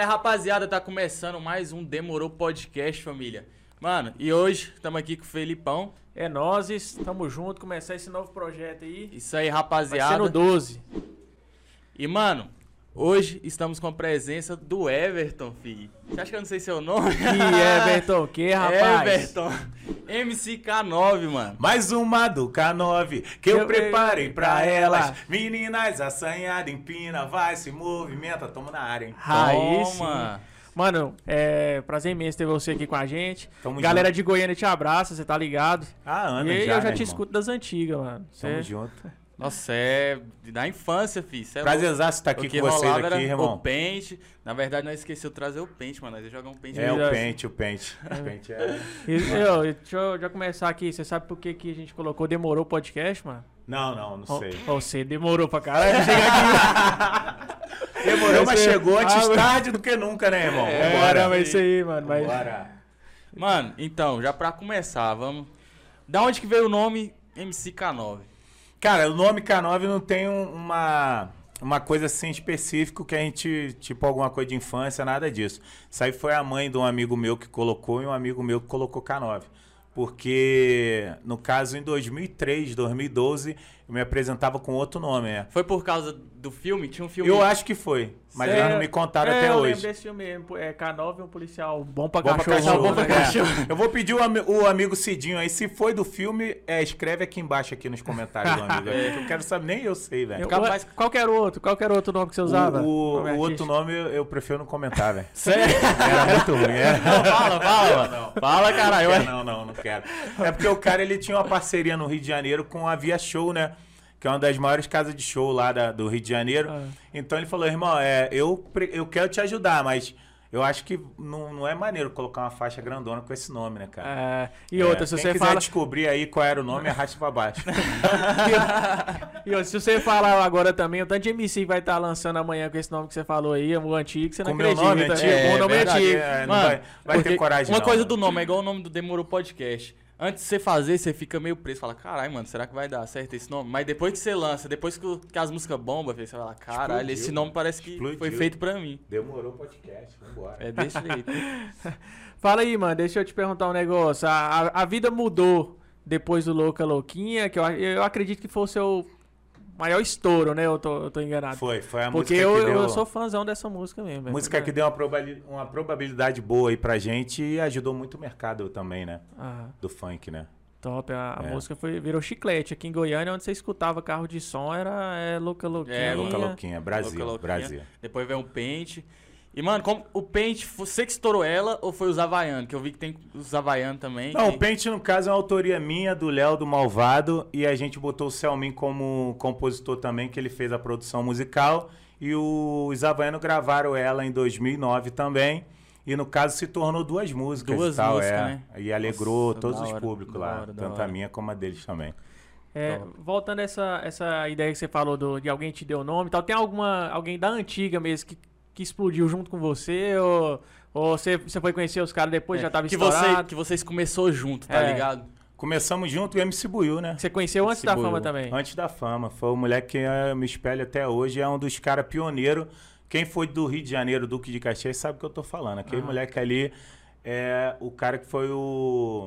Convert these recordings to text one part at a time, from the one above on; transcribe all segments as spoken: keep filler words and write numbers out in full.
Fala aí, rapaziada, tá começando mais um Demorou Podcast, família. Mano, e hoje estamos aqui com o Felipão. É nós, estamos juntos, começar esse novo projeto aí. Isso aí, rapaziada. Vai ser no doze. E, mano, hoje estamos com a presença do Everton, filho. Você acha que eu não sei seu nome? Que Everton, que rapaz? Everton, M C K nove, mano. Mais uma do K nove que eu, Eu- preparei eu- pra elas. Ah. Meninas assanhadas, empina, vai, se movimenta, toma na área, hein? Raiz, Toma. Mano, é prazer imenso ter você aqui com a gente. Tamo Galera junto. de Goiânia te abraça, você tá ligado? Ah, Ana, E já, eu já né, te irmão? escuto das antigas, mano. Tamo Cê- junto. Nossa, é da infância, filho. Cê é Prazerzaço estar louco. aqui O que com vocês rolava aqui, era irmão. O pente. Na verdade, nós esqueceu de trazer o pente, mano. Nós ia jogar um pente. É, o Já- pente, o pente. O pente é... E, eu, deixa eu já começar aqui. Você sabe por que, que a gente colocou Demorou o Podcast, mano? Não, não, não Ó, sei. ó, Você demorou pra caralho pra chegar aqui. Demorou, mas Esse- chegou antes Ah, tarde do que nunca, né, irmão? É, Vambora. mas isso aí, mano. Mas... Vambora. Mano, então, já pra começar, vamos... Da onde que veio o nome M C K nove? Cara, o nome K nove não tem um- uma, uma coisa assim específica que a gente, tipo alguma coisa de infância, nada disso. Isso aí foi a mãe de um amigo meu que colocou e um amigo meu que colocou K nove. Porque, no caso, em dois mil e três, dois mil e doze, eu me apresentava com outro nome, né? Foi por causa do filme? Tinha um filme... Eu acho que foi, mas É, eles não me contaram é, até eu hoje. lembro desse filme mesmo. É K nove, um policial bom pra Bom pra cachorro. cachorro, bom pra né? cachorro. Eu vou pedir o, ami- o amigo Cidinho aí, se foi do filme, é, escreve aqui embaixo, aqui nos comentários do amigo. É. Eu quero saber, nem eu sei, velho. Eu- Capaz- Qual que era o outro? Qual que era o outro nome que você O, usava? o- Nome o outro artístico? nome eu, eu prefiro não comentar, velho. Sério? Era muito ruim, era. Não, fala, fala, mano. Fala, caralho. Não, ué. quero, não, não, não quero. É porque o cara, ele tinha uma parceria no Rio de Janeiro com a Via Show, né? Que é uma das maiores casas de show lá da- do Rio de Janeiro. Ah. Então ele falou, irmão, é, eu, pre- eu quero te ajudar, mas eu acho que não, não é maneiro colocar uma faixa grandona com esse nome, né, cara? É, e É, outra, se quem você quiser fala. descobrir aí qual era o nome, arraste pra baixo. E outra, se você falar agora também, o tanto de M C que vai estar lançando amanhã com esse nome que você falou aí, o antigo, você não Com meu acredita. nome antigo? É, com o nome verdade, antigo. É, não Mano, vai vai ter porque coragem Uma não, coisa mano. do nome, é igual o nome do Demorou Podcast. Antes de você fazer, você fica meio preso. Fala, caralho, mano, será que vai dar certo esse nome? Mas depois que você lança, depois que, o- que as músicas bombam, você fala, caralho, Explodiu, esse nome parece que explodiu. foi feito pra mim. Demorou o podcast, vambora. É desse jeito. Fala aí, mano, deixa eu te perguntar um negócio. A, a, a vida mudou depois do Louca Louquinha, que eu, eu acredito que foi o seu maior estouro, né? Eu tô, eu tô enganado. Foi, foi a Porque música eu, que deu... eu sou fãzão dessa música mesmo. velho. Música que deu uma, probali- uma probabilidade boa aí pra gente e ajudou muito o mercado também, né? Ah, Do funk, né? top. A, a É. música foi, virou chiclete. Aqui em Goiânia, onde você escutava carro de som, era é, Louca Louquinha. É, Louca Louquinha, Brasil, Louca Louquinha. Brasil. Depois vem o Pente. E, mano, como o Pente, você que estourou ela ou foi os Havaianos? Que eu vi que tem os Havaianos também. Não, que... o Pente, no caso, é uma autoria minha, do Léo, do Malvado, e a gente botou o Selmin como compositor também, que ele fez a produção musical, e os Havaianos gravaram ela em dois mil e nove também, e no caso se tornou duas músicas Duas e tal, músicas, é. né? E alegrou Nossa, todos da os hora, públicos da lá, hora, da tanto hora. a minha como a deles também. É, Top. voltando a essa, essa ideia que você falou do, de alguém te deu nome e tal, tem alguma, alguém da antiga mesmo que, que explodiu junto com você? Ou, ou você, você foi conhecer os caras depois, já tava É, que, você, estourado? que vocês começou junto, tá É. ligado? Começamos junto o M C Buiu, né? Você conheceu antes da Distribuiu. fama também? Antes da fama. Foi o moleque que eu me espelho até hoje. É um dos caras pioneiros. Quem foi do Rio de Janeiro, Duque de Caxias, sabe o que eu tô falando. Aquele Ah. moleque ali é o cara que foi o...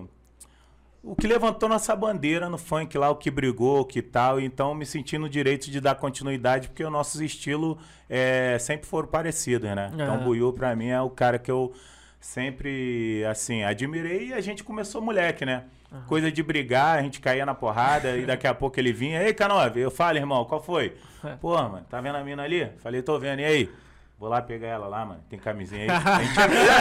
O que levantou nossa bandeira no funk lá, o que brigou, o que tal. Então, me senti no direito de dar continuidade, porque os nossos estilos é, sempre foram parecidos, né? Então, Aham. o Buiu, pra mim, é o cara que eu sempre, assim, admirei. E a gente começou moleque, né? Coisa de brigar, a gente caía na porrada e daqui a pouco ele vinha. Ei, K nove, eu falo, irmão, qual foi? Pô, mano, tá vendo a mina ali? Falei, tô vendo, e aí? Vou lá pegar ela lá, mano. Tem camisinha aí. A gente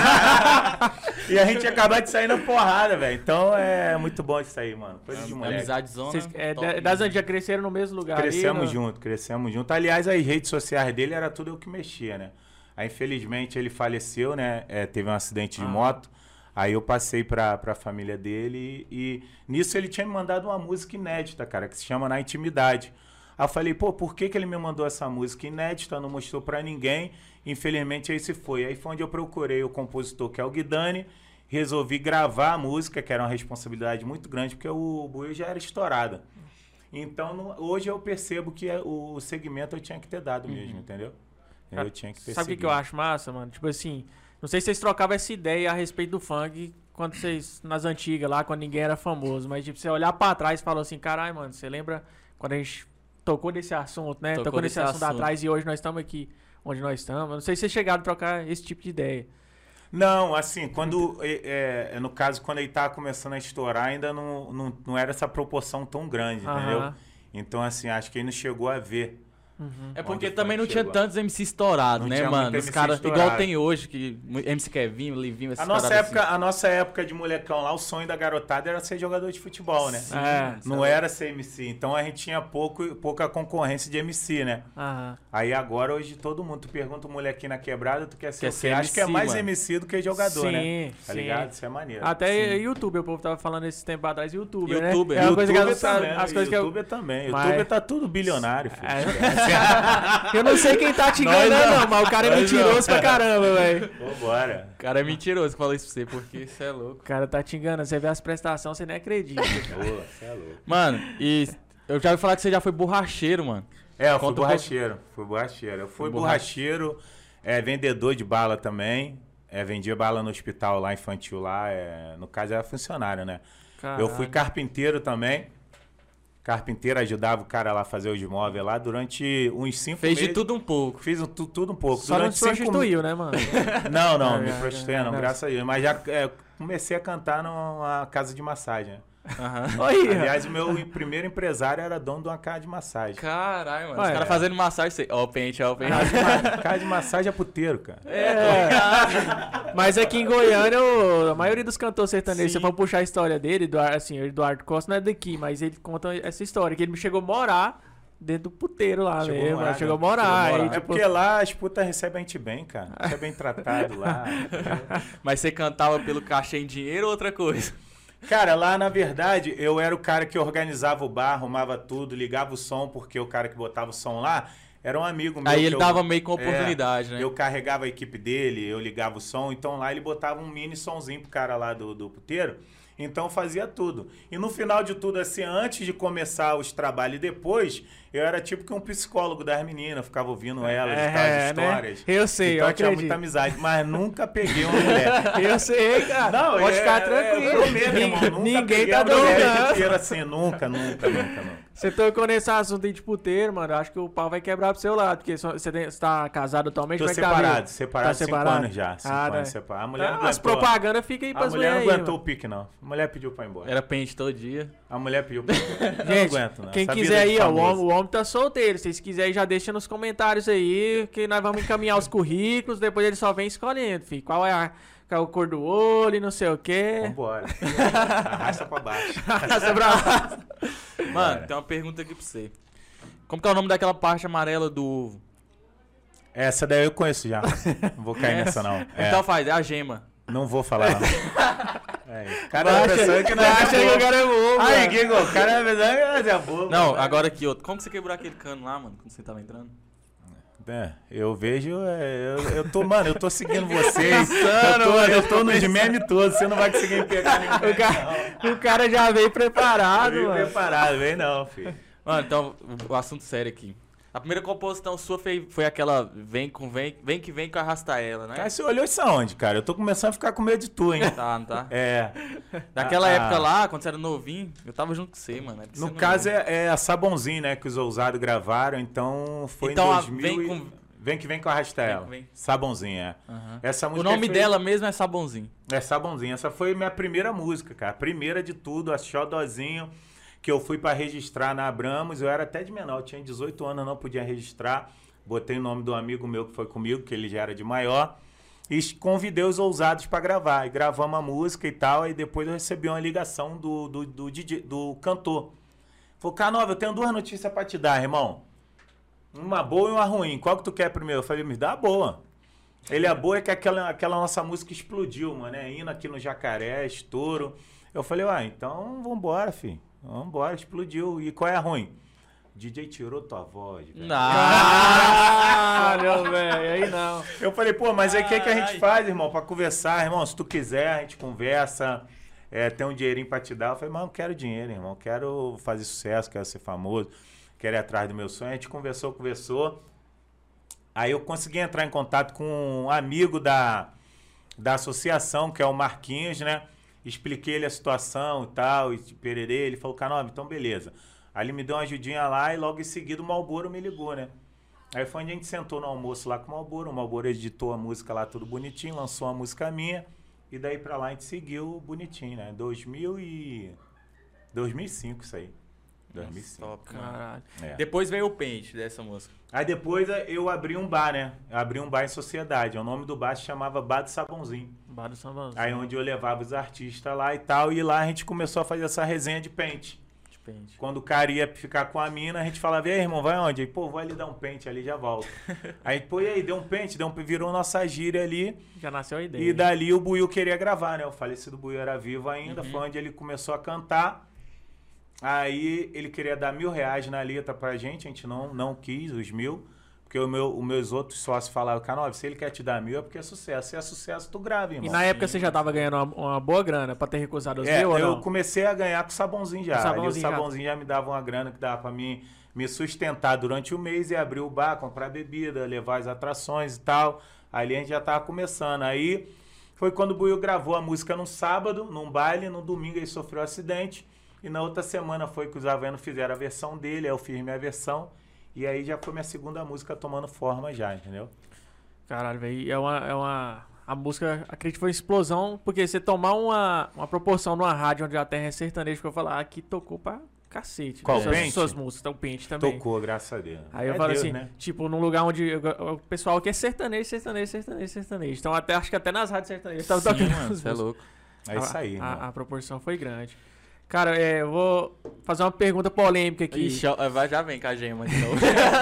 ia- e a gente ia acabar de sair na porrada, velho. Então é muito bom isso aí, mano. Coisa de moleque. Amizade zona. Vocês, é, top, da- das né? antigas cresceram no mesmo lugar ali, Crescemos no- junto, crescemos junto. Aliás, as redes sociais dele era tudo eu que mexia, né? Aí, infelizmente, ele faleceu, né? É, teve um acidente de Ah. moto. Aí eu passei pra, pra família dele e, e nisso ele tinha me mandado uma música inédita, cara, que se chama Na Intimidade. Aí eu falei, pô, por que, que ele me mandou essa música inédita? Não mostrou pra ninguém. Infelizmente, aí se foi. Aí foi onde eu procurei o compositor, que é o Guidani. Resolvi gravar a música, que era uma responsabilidade muito grande, porque o Buiu já era estourado. Então, no- hoje eu percebo que é- o segmento eu tinha que ter dado mesmo, entendeu? Eu tinha que perseguir. Sabe o que, que eu acho massa, mano? Tipo assim, não sei se vocês trocavam essa ideia a respeito do funk quando vocês, nas antigas lá, quando ninguém era famoso, mas tipo, você olhar pra trás e falar assim, caralho, mano, você lembra quando a gente tocou nesse assunto, né? Tocou Tocou nesse nesse assunto, assunto. atrás e hoje nós estamos aqui onde nós estamos. Não sei se vocês chegaram a trocar esse tipo de ideia. Não, assim, quando, é, é, no caso, quando ele tava começando a estourar, ainda não, não, não era essa proporção tão grande, Aham. entendeu? Então, assim, acho que ele não chegou a ver. Uhum. É porque Onde o também funk não tinha chegou. tantos M C estourados, Não né, tinha mano? muito Os M C caras, estourado. igual tem hoje, que M C Kevin, Livinho, esses A nossa, caras época, assim. a nossa época de molecão lá, o sonho da garotada era ser jogador de futebol, né? É. Não era ser M C. Então a gente tinha pouco, pouca concorrência de M C, né? Aham. Aí agora, hoje, todo mundo, tu pergunta um molequinho na quebrada, tu quer ser Quer o quê? ser Acho que é M C, mais mano. M C do que jogador, Sim, né? Tá sim. ligado? Isso é maneiro. Até YouTube, o povo tava falando esse tempo atrás, YouTube, né? YouTuber. É uma coisa que YouTube as, também, as coisas que eu... YouTube também. Mas- YouTube tá tudo bilionário, filho. Eu não sei quem tá te Nós enganando, não. não, mas o cara é Nós mentiroso pra caramba, velho. Vambora. O cara é mentiroso que falou isso pra você, porque isso é louco. O cara tá te enganando, você vê as prestações, você nem acredita. Boa, você é louco. Mano, e eu já ouvi falar que você já foi borracheiro, mano. É, eu fui Conta um borracheiro. Fui borracheiro. Eu fui Foi borracheiro, é, vendedor de bala também. É, vendia bala no hospital lá, infantil lá. É, no caso, era funcionário, né? Eu fui Caralho. carpinteiro também. Carpinteiro, ajudava o cara lá a fazer os móveis lá durante uns cinco Fez meses. de tudo um pouco. Fiz um, tu- tudo um pouco. Só não durante te cinco prostituiu, né, mano? Não, não, Ah, me é, prostituí é, não, é. graças a Deus. Mas já é, comecei a cantar numa casa de massagem. né? Aham. Oi, Aliás, o meu primeiro empresário era dono de uma casa de massagem. Caralho, mano. Ué, Os caras é. fazendo massagem, você... Ó o pente, ó o pente. Casa de, ma- casa de massagem é puteiro, cara. É. Mas aqui em Goiânia, o- a maioria dos cantores sertanejos, Sim. se for puxar a história dele, Eduardo, assim, o Eduardo Costa não é daqui, mas ele conta essa história, que ele chegou a morar dentro do puteiro lá Chegou a mesmo. morar, Chegou a né? morar. Chegou a aí, morar. É tipo, porque lá as putas recebem a gente bem, cara. A gente é bem tratado lá. Mas você cantava pelo cachê em dinheiro ou outra coisa? Cara, lá na verdade, eu era o cara que organizava o bar, arrumava tudo, ligava o som, porque o cara que botava o som lá era um amigo meu. Aí que ele eu- dava meio com É, oportunidade, né? Eu carregava a equipe dele, eu ligava o som, então lá ele botava um mini sonzinho pro cara lá do, do puteiro. Então eu fazia tudo. E no final de tudo, assim, antes de começar os trabalhos e depois, eu era tipo que um psicólogo das meninas, ficava ouvindo elas, É, as né? histórias. Eu sei, então eu tinha acredito. muita amizade, mas nunca peguei uma mulher. Eu sei, cara. Não, Pode é- ficar é, tranquilo. eu prometo, irmão, nunca Ninguém peguei tá uma mulher duvidando. inteira assim, nunca, nunca, nunca, nunca. Você tocou nesse assunto aí de puteiro, mano. Eu acho que o pau vai quebrar pro seu lado. Porque só- você, tem- você tá casado atualmente, Tô como é que tá a separado, vida? separado Tá cinco separado? anos já. Cinco Ah, anos né? separado. A mulher não Ah, as aguentou. propagandas ficam aí A pras mulher não mulheres aí, aguentou mano. o pique, não. A mulher pediu pra ir embora. Era pente todo dia. A mulher pediu pra ir embora. Eu não Gente, aguento, não. quem Essa quiser vida de aí, ó, o famoso. homem, o homem tá solteiro. Se vocês quiserem, já deixa nos comentários aí, que nós vamos encaminhar os currículos, depois ele só vem escolhendo, filho. Qual é a, qual é a cor do olho, não sei o quê. Vambora. Arrasta pra baixo. Arrasta pra baixo. Mano, Bora. tem uma pergunta aqui pra você. Como que é o nome daquela parte amarela do ovo? Essa daí eu conheço já. Não vou cair nessa, não. É, Então faz, é a gema. Não vou falar, não. É, cara, Vai tá pensando achar- que não vai é achar que o bobo. cara é bobo, Aí, mano. Guigo, o cara é verdade, é bobo. Não, né? agora aqui outro. Como que você quebrou aquele cano lá, mano, quando você tava entrando? É, eu vejo, é, eu, eu tô, mano, eu tô seguindo vocês. Pensando, eu tô, mano, eu eu tô nos memes todos, você não vai conseguir me pegar nenhum. O cara, o cara já veio preparado, Vem mano. preparado, vem não, filho. Mano, então, o, o assunto sério aqui. A primeira composição sua foi, foi aquela Vem com vem, vem que vem que arrasta ela, né? Cara, você olhou isso aonde, cara? Eu tô começando a ficar com medo de tu, hein? Tá, não tá? É. Daquela Ah, época ah. lá, quando você era novinho, eu tava junto com você, mano. É porque No você não caso lembra. é, é a Sabonzinho, né, que os ousados gravaram, então foi Então, em a dois mil Vem e... com- Vem que vem com a Arrasta Vem ela. que vem. Sabonzinho, é. Aham. Essa O música nome foi- dela mesmo é Sabonzinho. É Sabonzinho. Essa foi minha primeira música, cara. Primeira de tudo, a Xodozinho, que eu fui pra registrar na Abramos. Eu era até de menor, eu tinha dezoito anos, eu não podia registrar. Botei o nome do amigo meu que foi comigo, que ele já era de maior. E convidei os ousados pra gravar. E gravamos a música e tal. Aí depois eu recebi uma ligação do, do, do, D J, do cantor. Falou, Canova, eu tenho duas notícias pra te dar, irmão. Uma boa e uma ruim. Qual que tu quer primeiro? Eu falei, me dá a boa. Ele, a boa é que aquela, aquela nossa música explodiu, mano, né? Indo aqui no Jacaré, estouro. Eu falei, ué, então vambora, filho. Vambora, explodiu. E qual é a ruim? D J tirou tua voz, velho. Caralho, velho. Aí não. Eu falei, pô, mas aí o que, que a gente Ai. faz, irmão? Pra conversar, irmão, se tu quiser, a gente conversa. É, tem um dinheirinho pra te dar. Eu falei, mas eu não quero dinheiro, irmão. Quero fazer sucesso, quero ser famoso, quero ir atrás do meu sonho. A gente conversou, conversou. Aí eu consegui entrar em contato com um amigo da, da associação, que é o Marquinhos, né? Expliquei ele a situação e tal, e pererê. Ele falou, Canova, então beleza. Aí ele me deu uma ajudinha lá e logo em seguida o Malboro me ligou, né? Aí foi onde a gente sentou no almoço lá com o Malboro. O Malboro editou a música lá tudo bonitinho, lançou uma música minha. E daí pra lá a gente seguiu bonitinho, né? dois mil e... dois mil e cinco isso aí. dois mil e cinco. Top, Caralho. É. Depois veio o Pente dessa música. Aí depois eu abri um bar, né? Eu abri um bar em sociedade. O nome do bar se chamava Bar do Sabãozinho. Bar do Sabãozinho. Aí onde eu levava os artistas lá e tal. E lá a gente começou a fazer essa resenha de pente. De Pente. Quando o cara ia ficar com a mina, a gente falava, e aí, irmão, vai onde? Aí, pô, vai ali dar um pente ali, já volto. Aí, pô, e aí, deu um pente, deu um, virou nossa gíria ali. Já nasceu a ideia. E dali o Buiu queria gravar, né? O falecido Buiu era vivo ainda. Uhum. Foi onde ele começou a cantar. Aí ele queria dar mil reais na letra pra gente, a gente não, não quis os mil, porque o meu, os meus outros sócios falavam, Canova, se ele quer te dar mil é porque é sucesso, se é sucesso tu grava, irmão. E na época você já tava ganhando uma, uma boa grana pra ter recusado os É, mil ou eu não? comecei a ganhar com o sabãozinho já, O sabãozinho ali o já. sabãozinho já. já me dava uma grana que dava pra mim me sustentar durante o mês e abrir o bar, comprar bebida, levar as atrações e tal, ali a gente já tava começando, aí foi quando o Buiu gravou a música num sábado, num baile, no domingo ele sofreu um acidente. E na outra semana foi que os Havaianos fizeram a versão dele, aí eu fiz minha versão. E aí já foi minha segunda música tomando forma já, entendeu? Caralho, velho. É uma, é uma... A música, acredito que foi uma explosão, porque você tomar uma, uma proporção numa rádio onde a terra é sertaneja, que eu falar, aqui tocou pra cacete. Qual, suas, Pente? suas músicas, então o Pente também. Tocou, graças a Deus. Aí eu É falo Deus, assim, né? tipo, num lugar onde eu- o pessoal aqui é sertanejo, sertanejo, sertanejo, sertanejo. Então até, acho que até nas rádios sertanejas tava Sim, tocando mano, as você é músicas. louco. É isso aí, a, irmão. a, a proporção foi grande. Cara, é, eu vou fazer uma pergunta polêmica aqui. Ixi, ó, vai, já vem com a gema de novo.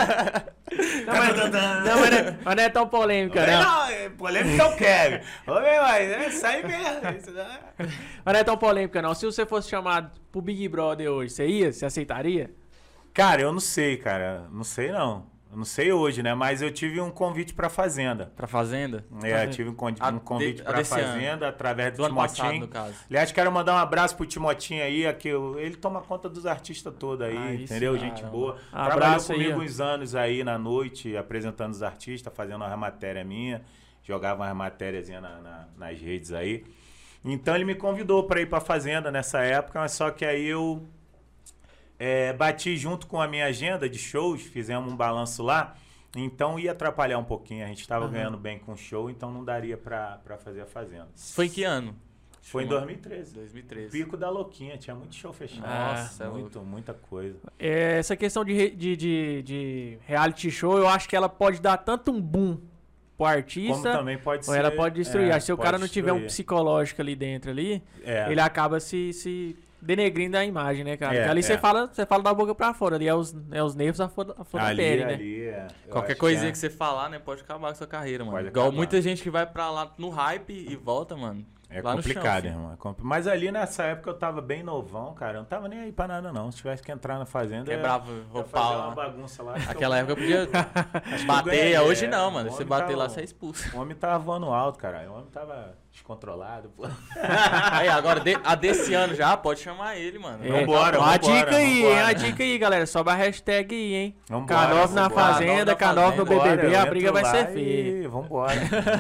Não, mas, não, mas não, é, mas não é tão polêmica, não. Não, é polêmica eu quero. Ô, meu, mas é isso aí mesmo. Isso não é- Mas não é tão polêmica, não. Se você fosse chamado pro Big Brother hoje, você ia? Você aceitaria? Cara, eu não sei, cara. Não sei, não. Eu não sei hoje, né? Mas eu tive um convite pra Fazenda. Pra Fazenda? É, eu tive um, con- A um convite de- a pra desse ano. Fazenda através do, Do ano passado, Timotinho. no caso. Aliás, quero mandar um abraço pro Timotinho aí, aqui, eu- ele toma conta dos artistas todos aí, Aí sim, entendeu? Gente caramba. boa. Abraço Trabalhou aí, comigo ó. uns anos aí na noite, apresentando os artistas, fazendo uma matéria minha, jogava umas matérias na, na, nas redes aí. Então ele me convidou para ir pra Fazenda nessa época, mas só que aí eu é, bati junto com a minha agenda de shows, fizemos um balanço lá. Então ia atrapalhar um pouquinho, a gente estava Aham. ganhando bem com o show, então não daria pra, pra fazer a Fazenda. Foi em que ano? Foi em dois mil e treze. dois mil e treze. Pico da Louquinha, tinha muito show fechado. Nossa, muito, muita coisa. É, essa questão de, re- de, de, de reality show, eu acho que ela pode dar tanto um boom pro Como artista, também pode ou ser... ela pode destruir. é, Acho que se o pode cara não tiver um destruir. psicológico ali dentro ali, É. ele acaba se, se denegrindo a imagem, né, cara? É, Porque ali é. você fala, você fala da boca pra fora, ali é os, é os nervos a flor, a flor da ali, pele, né? ali, é. Eu Qualquer acho coisinha é. que você falar, né, pode acabar com a sua carreira, mano. Pode Igual acabar. muita gente que vai pra lá no hype e volta, mano. É lá complicado, no chão, irmão. É compli- Mas ali nessa época eu tava bem novão, cara. Eu não tava nem aí pra nada, não. Se tivesse que entrar na fazenda. Quebrava eu ia roupa fazer lá. uma bagunça lá. Acho que Aquela eu- época eu podia acho que eu bater, ganhei, hoje é. não, mano. O Você homem bater tava- lá, você é expulso. O homem tava voando alto, caralho. O homem tava descontrolado, pô. Aí, agora, de- a desse ano já, pode chamar ele, mano. É, Vambora, ó, a vambora, dica aí, vambora. hein? A dica aí, galera. Sobe a hashtag aí, hein? Vambora, K nove na vambora. Fazenda, K nove K nove no na Vambora, B B B, eu a briga entro vai lá ser feia. e Vambora.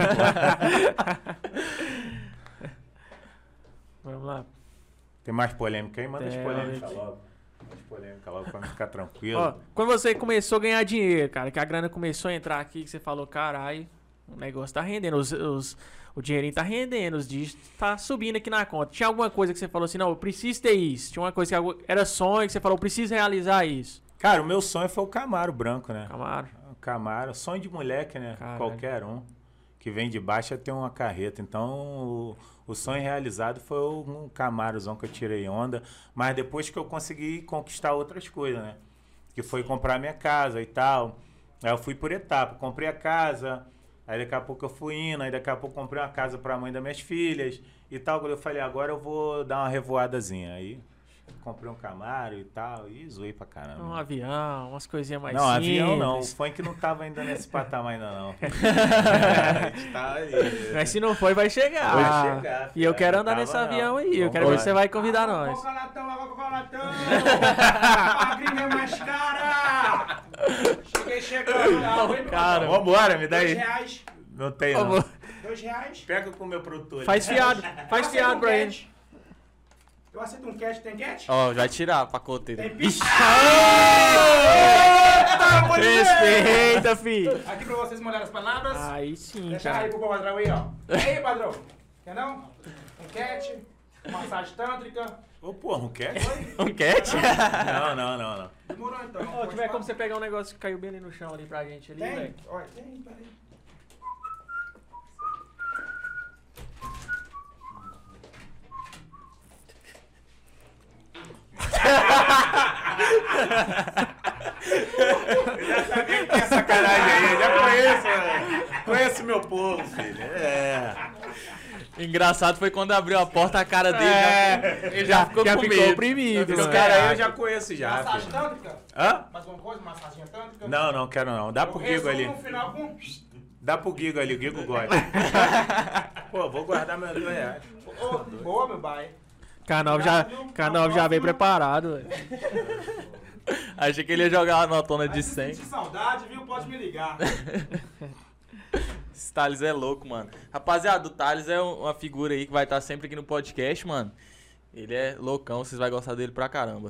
Vamos lá. Tem mais polêmica aí? Manda as Tem, polêmicas gente. logo. Manda as polêmicas logo pra mim ficar tranquilo. Ó, quando você começou a ganhar dinheiro, cara, que a grana começou a entrar aqui, que você falou, caralho, o negócio tá rendendo, os, os- o dinheirinho tá rendendo, os dígitos tá subindo aqui na conta. Tinha alguma coisa que você falou assim, não, eu preciso ter isso. Tinha uma coisa que algu- era sonho, que você falou, eu preciso realizar isso. Cara, o meu sonho foi o Camaro branco, né? Camaro. O Camaro, sonho de moleque, né? Caralho. Qualquer um que vem de baixo é ter uma carreta. Então, o, o sonho realizado foi um Camarozão que eu tirei onda. Mas depois que eu consegui conquistar outras coisas, né? Que foi comprar minha casa e tal. Aí eu fui por etapa. Comprei a casa, aí daqui a pouco eu fui indo, aí daqui a pouco comprei uma casa pra mãe das minhas filhas e tal. Quando eu falei, agora eu vou dar uma revoadazinha. Aí comprei um Camaro e tal, e zoei pra caramba. Um avião, umas coisinhas mais Não, simples. avião não. O funk não tava ainda nesse patamar ainda não. A gente tá ali. Mas se não foi, vai chegar. Vai chegar, E eu filho. quero andar Tava nesse não. avião aí. Eu Vambora. quero ver se você vai convidar nós. Coca-latão, água coca-latão! A gringa é mais cara! Cheguei chegando lá, Não, vem cara. Vambora. Vambora, me dá Dois aí. reais. Não tem, não. Vamos. Dois reais. Pega com o meu produtor. Faz fiado. Faz Eu fiado aceito um pra ele. cat. Eu aceito um cat. Tem cat? Ó, vai tirar a pacote Tem dele. pizza? Respeita, filho. Aqui pra vocês molhar as palavras. Aí sim, Deixa cara. aí pro padrão aí, ó. E aí, padrão? Quer não? Um cat, massagem tântrica. Ô, porra, não quer? Um cat? Não, não, não, não. Demorou então. Ó, Pode tiver falar. como você pegar um negócio que caiu bem ali no chão ali pra gente ali, Tem? velho. Olha, tem, peraí. Que sacanagem aí, eu já conheço, mano. Conheço meu povo, filho. É. Engraçado foi quando abriu a porta, a cara dele É. já, ele já ficou já com ficou medo. oprimido, Esse mano. cara aí eu já conheço já, Massagem filho. tântrica? Hã? Mais uma coisa, massagem tântrica? Não, não, quero não. Dá pro Eu Guigo ali. resumo no final com... Dá pro Guigo ali, o Guigo gosta. Pô, vou guardar meus dois reais. Ô, boa, meu pai. Canal já, canal já veio preparado, velho. Achei que ele ia jogar uma notona de Se cem. sentir saudade, viu? Pode me ligar. Esse Thales é louco, mano. Rapaziada, o Thales é um- uma figura aí que vai estar sempre aqui no podcast, mano. Ele é loucão, vocês vão gostar dele pra caramba.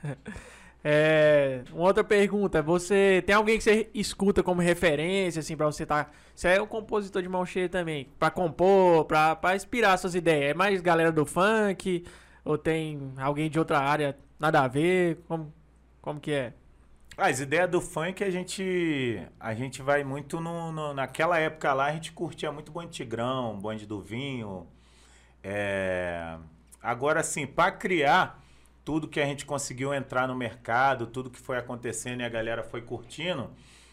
É, uma outra pergunta, você tem alguém que você escuta como referência, assim, pra você tá... Você é um compositor de mão cheia também, pra compor, pra, pra inspirar suas ideias. É mais galera do funk, ou tem alguém de outra área, nada a ver? Como, como que é? Ah, as ideias do funk a gente a gente vai muito no, no- naquela época lá a gente curtia muito Bonde Tigrão, Bonde do Vinho. É, agora assim, para criar tudo que a gente conseguiu entrar no mercado, tudo que foi acontecendo e a galera foi curtindo,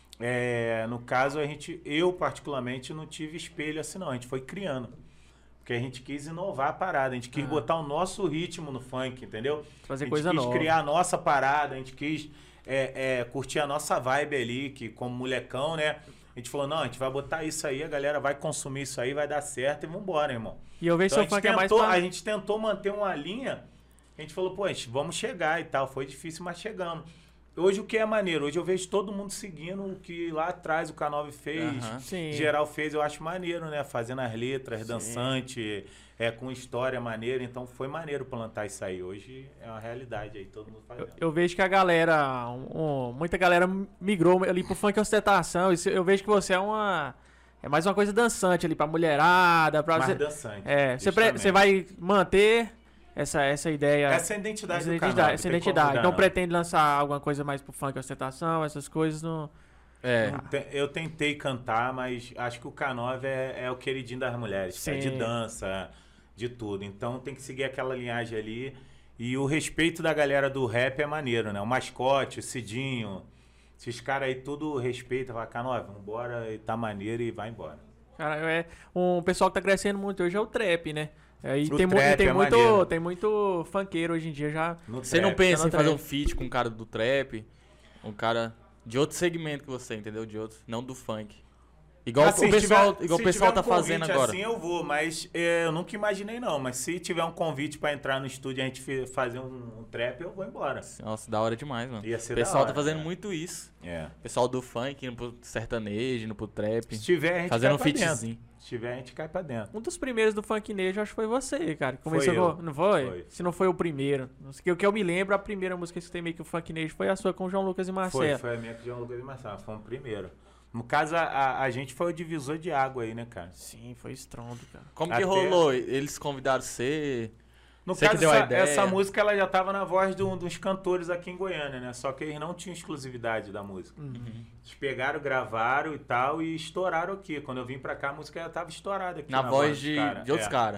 é, no caso a gente, eu particularmente não tive espelho assim não, a gente foi criando. Porque a gente quis inovar a parada, a gente quis Ah. botar o nosso ritmo no funk, entendeu? Trazer a gente coisa quis nova. criar a nossa parada, a gente quis é, é, curtir a nossa vibe ali, que como molecão, né? A gente falou, não, a gente vai botar isso aí, a galera vai consumir isso aí, vai dar certo e vambora, irmão. E eu vejo Então, a, seu gente funk é mais tentou, pra... a gente tentou manter uma linha, a gente falou, pô, a gente, vamos chegar e tal. Foi difícil, mas chegamos. Hoje o que é maneiro? Hoje eu vejo todo mundo seguindo o que lá atrás o K nove fez, Aham. Sim. geral fez, eu acho maneiro, né? Fazendo as letras, dançante, é, com história maneira. Então foi maneiro plantar isso aí. Hoje é uma realidade aí, todo mundo Eu, fazendo. eu vejo que a galera, um- um- muita galera migrou ali pro funk ostentação. Isso, eu vejo que você é uma... É mais uma coisa dançante ali pra mulherada, pra Mais você... dançante. É, você, pre- justamente. você vai manter essa, essa ideia... Essa é a identidade essa do identidade, canal. essa identidade. Não pretende lançar alguma coisa mais pro funk ostentação, essas coisas não... É. Eu tentei cantar, mas acho que o K nove é, é o queridinho das mulheres, Sim. cara, de dança, de tudo. Então tem que seguir aquela linhagem ali. E o respeito da galera do rap é maneiro, né? O Mascote, o Cidinho, esses caras aí tudo respeita. Fala, K nove, vambora, e tá maneiro e vai embora. Cara, é um pessoal que tá crescendo muito hoje é o trap, né? É, e O tem, mu- trap e tem é muito, maneiro. tem muito funkeiro hoje em dia já. No Você não trap. pensa Tá em no fazer um trap. feat com um cara do trap, um cara de outro segmento que você, entendeu? De outro, não do funk. Igual Assim, o pessoal, se tiver- igual o se pessoal tiver tá um fazendo convite agora. assim eu vou, mas é, eu nunca imaginei não. Mas se tiver um convite pra entrar no estúdio e a gente fe- fazer um, um trap, eu vou embora. Nossa, da hora demais, mano. Ia ser O da pessoal hora, tá fazendo cara. muito isso. É. O pessoal do funk indo pro sertanejo, indo pro trap. Se tiver, a gente Fazendo um cai pra dentro. featzinho. Se tiver, a gente cai pra dentro. Um dos primeiros do funk nejo, acho que foi você, cara. que Começou eu. com- não foi? Foi. Se não foi o primeiro. Não sei, o que eu me lembro, a primeira música que você tem meio que o funk nejo foi a sua com o João Lucas e Foi, Marcelo. foi a minha com o João Lucas e Marcelo. Foi o primeiro. No caso, a, a, a gente foi o divisor de água aí, né, cara? Sim, foi estrondo, cara. Como Até- que rolou? Eles convidaram você? No Você que caso, deu a essa, ideia. essa música ela já tava na voz de um dos cantores aqui em Goiânia, né? Só que eles não tinham exclusividade da música. Uhum. Eles pegaram, gravaram e tal e estouraram aqui. Quando eu vim pra cá, a música já tava estourada aqui. Na, voz dos de, cara. de outros É. caras.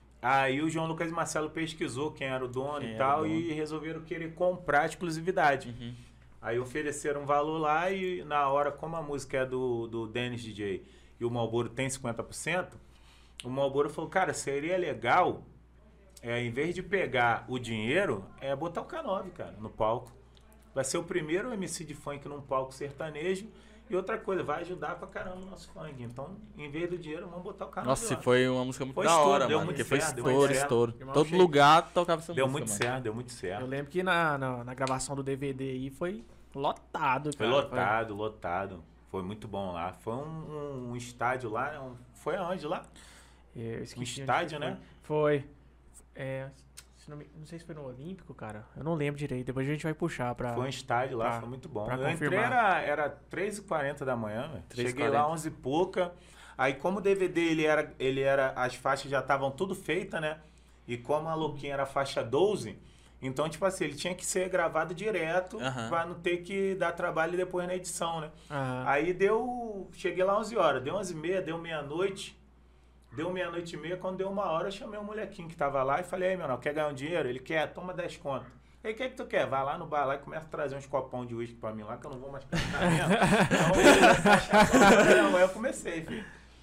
Aí o João Lucas e Marcelo pesquisou quem era o dono Quem e era tal o dono. e resolveram querer comprar a exclusividade. Uhum. Aí ofereceram um valor lá e na hora, como a música é do, do Dennis D J e o Marlboro tem cinquenta por cento, o Marlboro falou, cara, seria legal, é, em vez de pegar o dinheiro, é botar o K nove, cara, no palco. Vai ser o primeiro M C de funk num palco sertanejo e outra coisa, vai ajudar pra caramba o nosso funk. Então, em vez do dinheiro, vamos botar o K nove Nossa, lá. e foi uma música muito Foi da estouro, hora, deu mano. muito Porque foi certo, deu muito estouro, certo. estouro. Irmão, Todo achei- lugar tocava essa Deu música, muito mano. certo, deu muito certo. Eu lembro que na, na, na gravação do D V D aí foi lotado, Foi cara. lotado, lotado. Foi muito bom lá. Foi um, um, um estádio lá. Um, foi aonde lá? Eu Um esqueci onde estádio, que né? Foi. Foi. É, se não, me- não sei se foi no Olímpico, cara. Eu não lembro direito. Depois a gente vai puxar pra... Foi um estádio lá, pra- foi muito bom. pra Eu entrei, confirmar. era, era três e quarenta da manhã, velho. três e Cheguei lá quarenta. onze e pouca. Aí como o D V D, ele era, ele era, as faixas já estavam tudo feitas, né? E como a Louquinha era faixa doze, então, tipo assim, ele tinha que ser gravado direto Aham. pra não ter que dar trabalho depois na edição, né? Aham. Aí deu, cheguei lá onze horas, deu onze e meia, deu meia-noite. Deu meia-noite e meia, quando deu uma hora, eu chamei um molequinho que tava lá e falei, aí, meu irmão, quer ganhar um dinheiro? Ele quer, toma dez conto. Aí, o que é que tu quer? Vai lá no bar lá e começa a trazer uns copão de uísque pra mim lá, que eu não vou mais cantar mesmo. Então, eu, aí eu comecei, filho.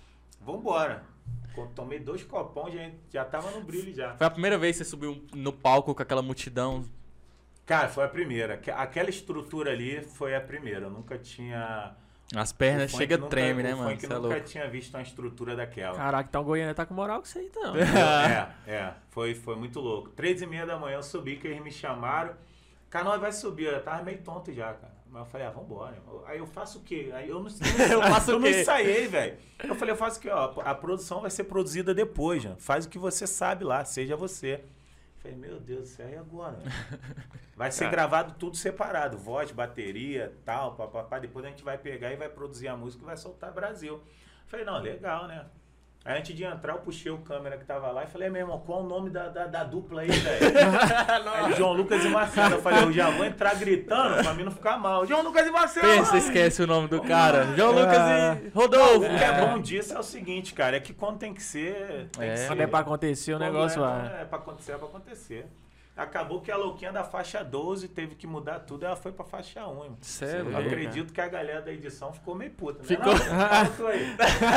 Vambora. Quando tomei dois copão, já, já tava no brilho já. Foi a primeira vez que você subiu no palco com aquela multidão. Cara, foi a primeira. Aque- Aquela estrutura ali foi a primeira. Eu nunca tinha... As o pernas funk chega nunca- treme, o né, mano? funk Você é nunca louco. tinha visto uma estrutura daquela. Caraca, então o Goiânia tá com moral com isso aí, então. É, é. Foi, foi muito louco. Três e meia da manhã eu subi, que eles me chamaram. Cara, nós vai subir. Eu tava meio tonto já, cara. Mas eu falei, ah, vambora. Aí eu faço o quê? Aí eu não, Eu faço eu o não quê? ensaiei, velho. Eu falei, eu faço o quê? Ó, a produção vai ser produzida depois, já. Faz o que você sabe lá, seja você. Eu falei, meu Deus do céu, e agora? Vai ser gravado tudo separado. Voz, bateria, tal, papapá. Depois a gente vai pegar e vai produzir a música e vai soltar Brasil. Eu falei, não, legal, né? Aí antes de entrar, eu puxei o câmera que tava lá e falei, meu irmão, qual o nome da, da, da dupla aí, velho? Aí, João Lucas e Marcelo. Eu falei, eu já vou entrar gritando pra mim não ficar mal. João Lucas e Marcelo! Pensa, esquece o nome do cara. João Lucas e Rodolfo. O que é bom disso é o seguinte, cara, é que quando tem que ser, tem É. que ser. Quando é pra acontecer, o Quando negócio é, vai. É pra acontecer, é pra acontecer. Acabou que a louquinha da faixa doze teve que mudar tudo, ela foi pra faixa um. Irmão. Cê é Eu louco, acredito que a galera da edição ficou meio puta, né? Ficou. Não, fala tu aí.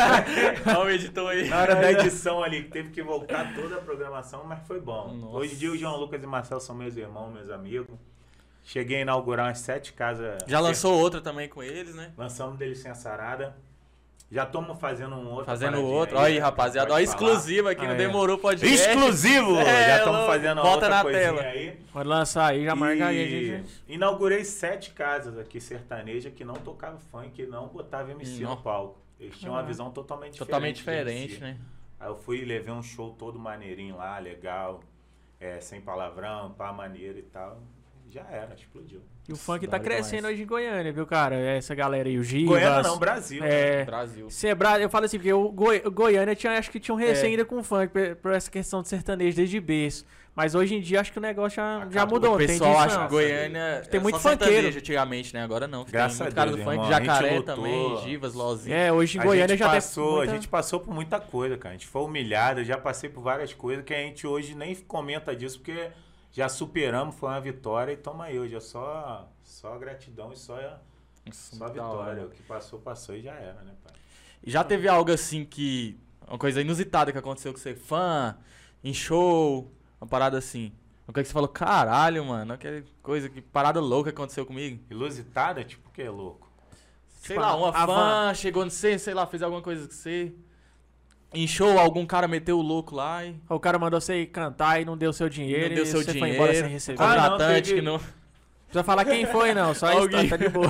Olha o editor aí. Na hora da edição ali, que teve que voltar toda a programação, mas foi bom. Nossa. Hoje em dia o João Lucas e Marcelo são meus irmãos, meus amigos. Cheguei a inaugurar umas sete casas. Já lançou outra também com eles, né? Lançamos Dele Sem Sarada. Já estamos fazendo um outro. Fazendo paradinha outro. Olha aí, né? rapaziada. Pode Olha, falar. exclusiva aqui Ah, no é. Demorou Podcast. Exclusivo! É, já estamos louco. fazendo uma Bota outra na coisinha tela. aí. Pode lançar aí, já marca aí, E gente. inaugurei sete casas aqui sertaneja que não tocavam funk e não botavam M C Não. no palco. Eles tinham uma Caraca. visão totalmente diferente. Totalmente de diferente, M C. né? Aí eu fui e levei um show todo maneirinho lá, legal, é, sem palavrão, pá, maneiro e tal. Já era, explodiu. E o funk Da tá hora crescendo demais. hoje em Goiânia, viu, cara? Essa galera aí, o Givas. Goiânia não, Brasil. né? É, Brasil. Sebra, eu falo assim, porque o, Goi- o Goiânia tinha, acho que tinha um recém É. ainda com funk, por, por essa questão de sertanejo desde berço. Mas hoje em dia acho que o negócio já, já Acabou. mudou. O tem pessoal disso, acha não. que Goiânia Tem é muito só funkeiro. sertanejo antigamente, né? Agora não. Graças tem muito a cara Deus, do funk, irmão. A gente Jacaré lutou. também, Givas, Lozinho. É, hoje em A Goiânia gente já passou, tem muita... A gente passou por muita coisa, cara. A gente foi humilhado, eu já passei por várias coisas que a gente hoje nem comenta disso, porque já superamos, foi uma vitória e toma aí. Hoje é só, só gratidão e só, Nossa, só muito da hora. vitória. O que passou, passou e já era, né, pai? E já teve algo assim que... Uma coisa inusitada que aconteceu com você, fã, em show, uma parada assim. Uma coisa que você falou, caralho, mano, aquela coisa, que parada louca que aconteceu comigo. Ilusitada, tipo, que é louco. Sei Tipo, lá, uma a fã van. chegou no você, sei lá, fez alguma coisa com você. Em show, algum cara meteu o louco lá e... O cara mandou você ir cantar e não deu seu dinheiro. Não deu e seu você dinheiro. foi embora sem receber. Ah, não, Contratante teve- que não... Não precisa falar quem foi, não. Só isso, tá, Alguém. tá de boa.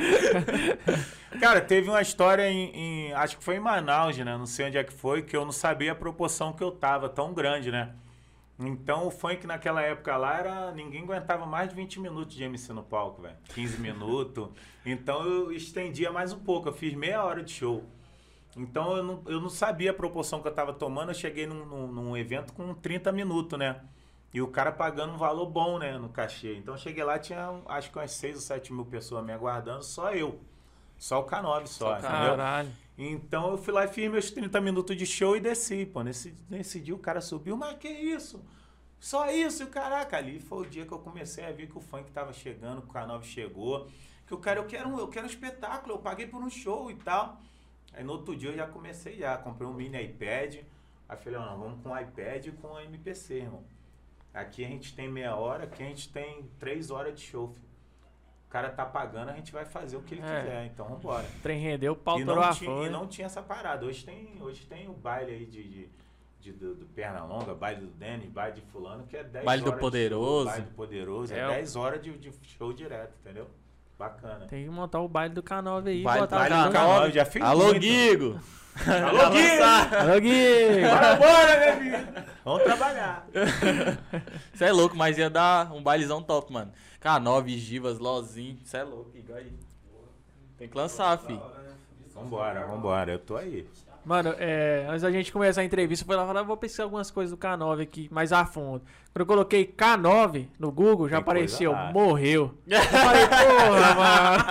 Cara, teve uma história em, em- acho que foi em Manaus, né? Não sei onde é que foi, que eu não sabia a proporção que eu tava, tão grande, né? Então o funk naquela época lá era. Ninguém aguentava mais de vinte minutos de M C no palco, velho. quinze minutos. Então eu estendia mais um pouco, eu fiz meia hora de show. Então eu não, eu não sabia a proporção que eu tava tomando, eu cheguei num, num, num evento com trinta minutos, né? E o cara pagando um valor bom, né, no cachê. Então eu cheguei lá, tinha acho que umas seis ou sete mil pessoas me aguardando, só eu. Só o K nove só, Só o K nove. entendeu? Caralho. Então eu fui lá e fiz meus trinta minutos de show e desci, pô. Nesse, nesse dia o cara subiu, mas que isso? Só isso, caraca. Ali foi o dia que eu comecei a ver que o funk tava chegando, que o K nove chegou. Que o cara, eu quero, um- eu quero um espetáculo, eu paguei por um show e tal. Aí no outro dia eu já comecei já, comprei um mini iPad. Aí falei, ó, não, vamos com o iPad e com o M P C, irmão. Aqui a gente tem meia hora, aqui a gente tem três horas de show, filho. O cara tá pagando, a gente vai fazer o que ele É. quiser, então vambora. O trem rendeu, o pau E torou não, a tinha, folha. e não tinha essa parada. Hoje tem, hoje tem o baile aí de, de, de- do, do Pernalonga, baile do Denis, baile de fulano, que é dez Baile do horas de show, Poderoso. baile do Poderoso, é, É, o- dez horas de, de show direto, entendeu? Bacana. Tem que montar o baile do K nove aí. Baile- botar baile o do K nove. K nove. Eu já fiz Alô, muito. Guigo! Alô, Guigo! Alô, Gui! Bora, bora, meu filho! Vamos trabalhar. Você é louco, mas ia dar um bailezão top, mano. K nove, Givas, Lozinho. Você é louco, igual aí. Tem que lançar, fi. Vambora, vambora. Eu tô aí. Mano, é, antes da gente começar a entrevista, eu fui lá falar, vou pesquisar algumas coisas do K nove aqui, mais a fundo. Quando eu coloquei K nove no Google, já Tem coisa apareceu, lá. morreu. Eu falei, porra, mano.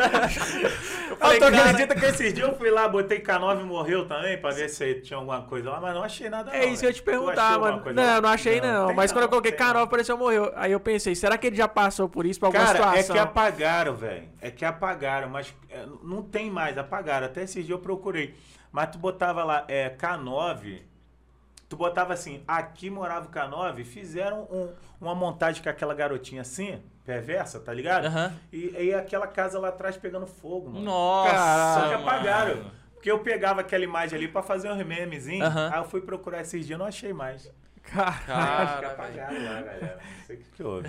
Eu falei, tu cara- acredita que esses dias eu fui lá, botei K nove e morreu também, pra ver se tinha alguma coisa lá, mas não achei nada É não, isso que eu ia te né? Tu achou perguntar, alguma mano. coisa Não, lá? não achei não. tem Mas quando eu coloquei tem K nove, apareceu, morreu. Aí eu pensei, será que ele já passou por isso, por alguma Cara, situação? é que apagaram, velho. É que apagaram, mas é, não tem mais, apagaram. Até esses dias eu procurei. Mas tu botava lá, é, K nove, tu botava assim, aqui morava o K nove, fizeram um- uma montagem com aquela garotinha assim, perversa, tá ligado? Aham. E aí aquela casa lá atrás pegando fogo, mano. Nossa, Só que mano. apagaram. Porque eu pegava aquela imagem ali pra fazer um memezinho, Aham. aí eu fui procurar esses dias, não achei mais. Cara. Acho que Cara, velho. apagaram lá, galera. Não sei o que que houve.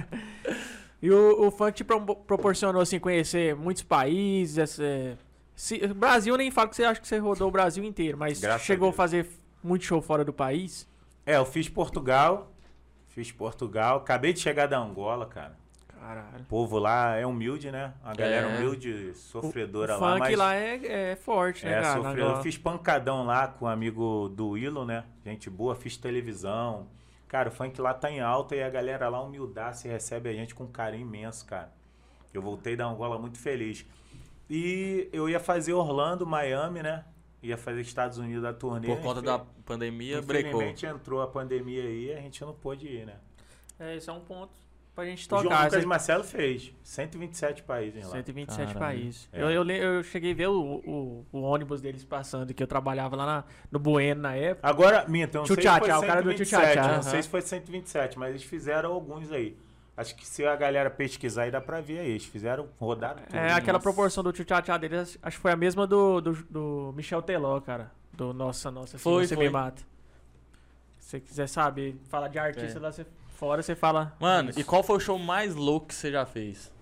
E o, o funk te pro- proporcionou, assim, conhecer muitos países, essa- se- Brasil, eu nem falo que você acha que você rodou o Brasil inteiro, mas Graças a chegou a Deus. fazer muito show fora do país? É, eu fiz Portugal, fiz Portugal, acabei de chegar da Angola, cara. Caralho. O povo lá é humilde, né? A galera É. humilde, sofredora O lá, funk mas lá é, é forte, né, é cara? sofredor. Agora. Eu fiz pancadão lá com um amigo do Willow, né? Gente boa, fiz televisão. Cara, o funk lá tá em alta e a galera lá humildaça e recebe a gente com um carinho imenso, cara. Eu voltei da Angola muito feliz. E eu ia fazer Orlando, Miami, né? Ia fazer Estados Unidos a turnê. Por conta Infel- da pandemia, brecou. Infelizmente entrou a pandemia aí e a gente não pôde ir, né? É, esse é um ponto pra gente O João tocar. Lucas Esse- Marcelo fez cento e vinte e sete países lá. cento e vinte e sete Caralho. países. É. Eu, eu, le- eu cheguei a ver o, o, o ônibus deles passando, que eu trabalhava lá na- no Bueno na época. Agora, minta, eu não Tchu sei se Tchá foi Tchá, o cara do cento e vinte e Tchu Tchá sete, Tchá, eu não aham. sei se foi cento e vinte e sete, mas eles fizeram alguns aí. Acho que se a galera pesquisar aí dá pra ver aí. Eles fizeram, rodaram tudo. É, aquela nossa. proporção do tchá-tchá deles, acho que foi a mesma do, do, do Michel Teló, cara. Do Nossa, Nossa, se Foi, você foi. me mata. Se você quiser saber, falar de artista É. lá você- fora, você fala... Mano, isso. e qual foi o show mais louco que você já fez?